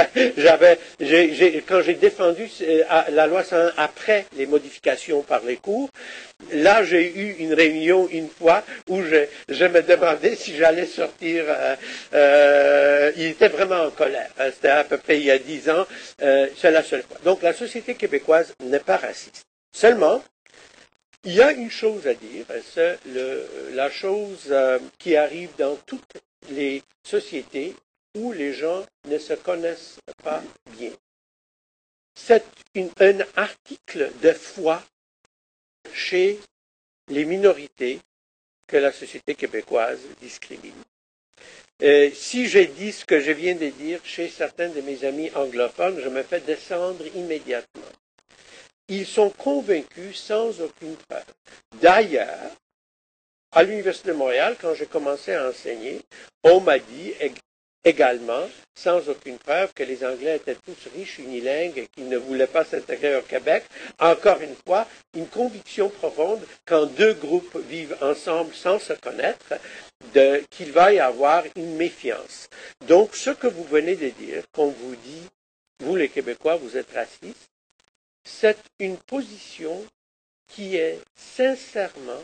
quand j'ai défendu la loi 101 après les modifications par les cours, là, j'ai eu une réunion une fois où je me demandais si j'allais sortir. Il était vraiment en colère. C'était à peu près il y a 10 ans. C'est la seule fois. Donc, la société québécoise n'est pas raciste. Seulement, il y a une chose à dire, c'est la chose qui arrive dans toutes les sociétés où les gens ne se connaissent pas bien. C'est un article de foi chez les minorités que la société québécoise discrimine. Si j'ai dit ce que je viens de dire chez certains de mes amis anglophones, je me fais descendre immédiatement. Ils sont convaincus sans aucune preuve. D'ailleurs, à l'Université de Montréal, quand j'ai commencé à enseigner, on m'a dit également, sans aucune preuve, que les Anglais étaient tous riches, unilingues et qu'ils ne voulaient pas s'intégrer au Québec. Encore une fois, une conviction profonde quand deux groupes vivent ensemble sans se connaître, qu'il va y avoir une méfiance. Donc, ce que vous venez de dire, qu'on vous dit, vous les Québécois, vous êtes racistes, c'est une position qui est sincèrement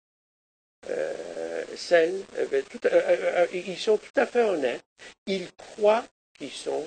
ils sont tout à fait honnêtes. Ils croient qu'ils sont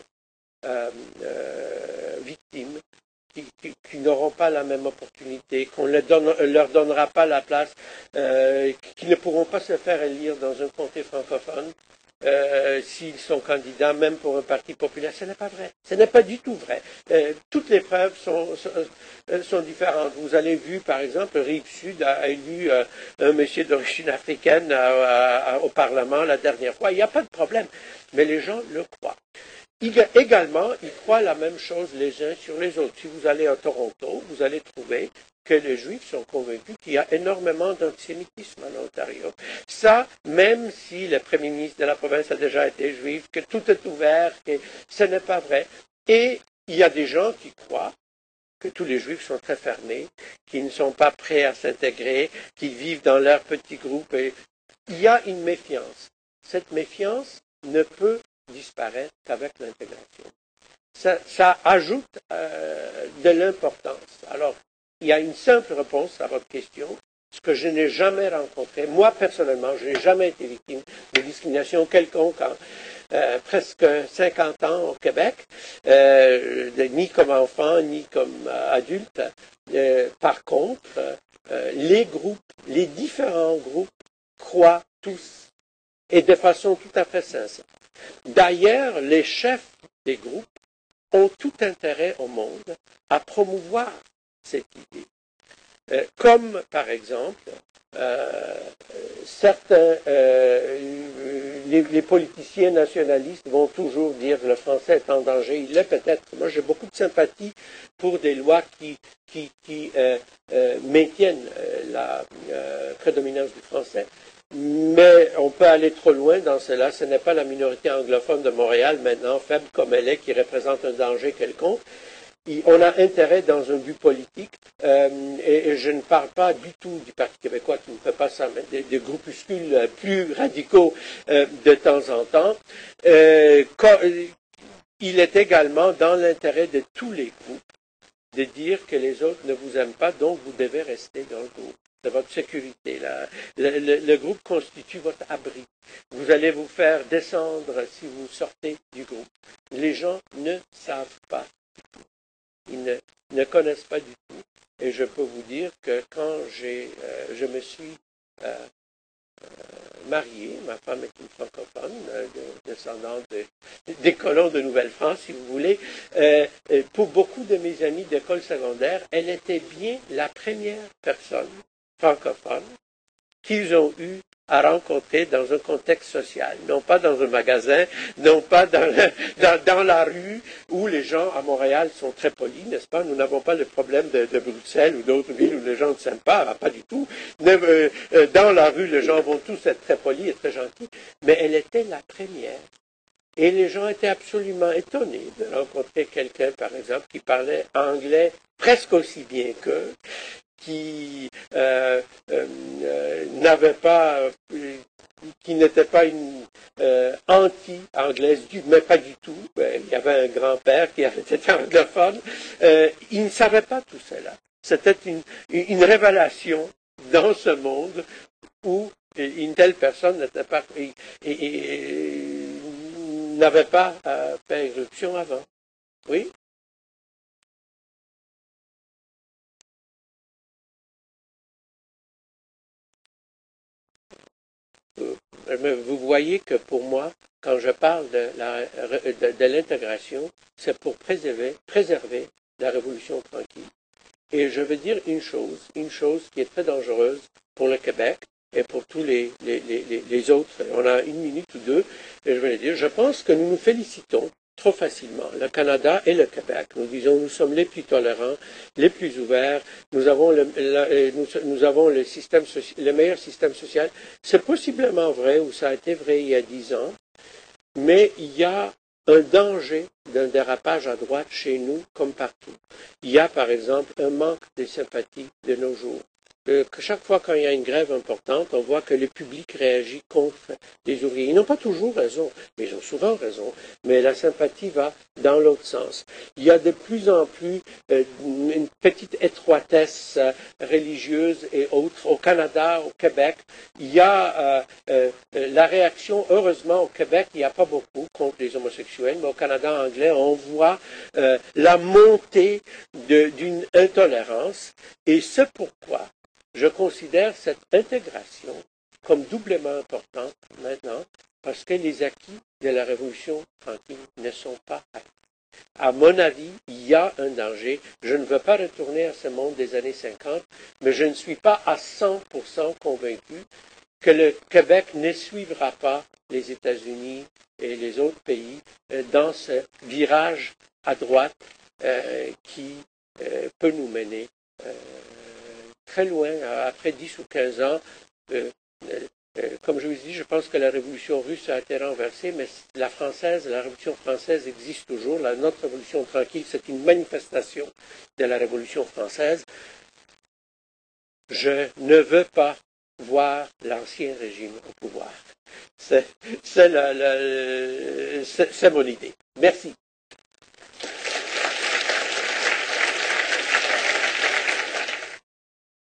victimes, qui n'auront pas la même opportunité, qu'on leur donnera pas la place, qui ne pourront pas se faire élire dans un comté francophone. s'ils sont candidats, même pour un parti populaire. Ce n'est pas vrai. Ce n'est pas du tout vrai. Toutes les preuves sont différentes. Vous avez vu, par exemple, Rive-Sud a élu un monsieur d'origine africaine au Parlement la dernière fois. Il n'y a pas de problème. Mais les gens le croient. Également, ils croient la même chose les uns sur les autres. Si vous allez à Toronto, vous allez trouver que les Juifs sont convaincus qu'il y a énormément d'antisémitisme en Ontario. Ça, même si le premier ministre de la province a déjà été juif, que tout est ouvert, que ce n'est pas vrai. Et il y a des gens qui croient que tous les Juifs sont très fermés, qu'ils ne sont pas prêts à s'intégrer, qu'ils vivent dans leur petit groupe. Et il y a une méfiance. Cette méfiance ne peut disparaître qu'avec l'intégration. Ça ajoute de l'importance. Alors, il y a une simple réponse à votre question. Ce que je n'ai jamais rencontré, moi personnellement, je n'ai jamais été victime de discrimination quelconque en presque 50 ans au Québec, ni comme enfant, ni comme adulte. Par contre, les différents groupes croient tous, et de façon tout à fait sincère. D'ailleurs, les chefs des groupes ont tout intérêt au monde à promouvoir cette idée. Comme, par exemple, certains, les politiciens nationalistes vont toujours dire que le français est en danger. Il l'est peut-être. Moi, j'ai beaucoup de sympathie pour des lois qui maintiennent la prédominance du français. Mais on peut aller trop loin dans cela. Ce n'est pas la minorité anglophone de Montréal, maintenant faible comme elle est, qui représente un danger quelconque. On a intérêt dans un but politique, et je ne parle pas du tout du Parti québécois qui ne fait pas ça, mais des groupuscules plus radicaux de temps en temps. Il est également dans l'intérêt de tous les groupes de dire que les autres ne vous aiment pas, donc vous devez rester dans le groupe. C'est votre sécurité. Le groupe constitue votre abri. Vous allez vous faire descendre si vous sortez du groupe. Les gens ne savent pas. Ils ne connaissent pas du tout. Et je peux vous dire que quand je me suis marié, ma femme est une francophone, descendante des colons de Nouvelle-France, si vous voulez, pour beaucoup de mes amis d'école secondaire, elle était bien la première personne francophone qu'ils ont eu à rencontrer dans un contexte social, non pas dans un magasin, non pas dans la rue, où les gens à Montréal sont très polis, n'est-ce pas? Nous n'avons pas le problème de Bruxelles ou d'autres villes où les gens ne s'aiment pas, pas du tout. Dans la rue, les gens vont tous être très polis et très gentils, mais elle était la première. Et les gens étaient absolument étonnés de rencontrer quelqu'un, par exemple, qui parlait anglais presque aussi bien qu'eux, qui n'était pas une anti-anglaise, mais pas du tout. Il y avait un grand-père qui avait été anglophone. Il ne savait pas tout cela. C'était une révélation dans ce monde où une telle personne n'était pas n'avait pas fait éruption avant. Oui? Vous voyez que pour moi, quand je parle de l'intégration, c'est pour préserver la révolution tranquille. Et je veux dire une chose qui est très dangereuse pour le Québec et pour tous les autres. On a une minute ou deux, et je vais dire, je pense que nous nous félicitons trop facilement, le Canada et le Québec. Nous disons, nous sommes les plus tolérants, les plus ouverts, nous avons le meilleur système social. C'est possiblement vrai, ou ça a été vrai il y a 10 ans, mais il y a un danger d'un dérapage à droite chez nous, comme partout. Il y a, par exemple, un manque de sympathie de nos jours. Que chaque fois qu'il y a une grève importante, on voit que le public réagit contre les ouvriers. Ils n'ont pas toujours raison, mais ils ont souvent raison. Mais la sympathie va dans l'autre sens. Il y a de plus en plus une petite étroitesse religieuse et autres. Au Canada, au Québec, il y a la réaction, heureusement au Québec, il n'y a pas beaucoup contre les homosexuels, mais au Canada anglais, on voit la montée d'une intolérance. Et c'est pourquoi je considère cette intégration comme doublement importante maintenant, parce que les acquis de la Révolution tranquille ne sont pas acquis. À mon avis, il y a un danger. Je ne veux pas retourner à ce monde des années 50, mais je ne suis pas à 100% convaincu que le Québec ne suivra pas les États-Unis et les autres pays dans ce virage à droite qui peut nous mener très loin, après 10 ou 15 ans. Comme je vous dis, je pense que la révolution russe a été renversée, mais la révolution française existe toujours. Notre révolution tranquille, c'est une manifestation de la révolution française. Je ne veux pas voir l'ancien régime au pouvoir. C'est mon idée. Merci.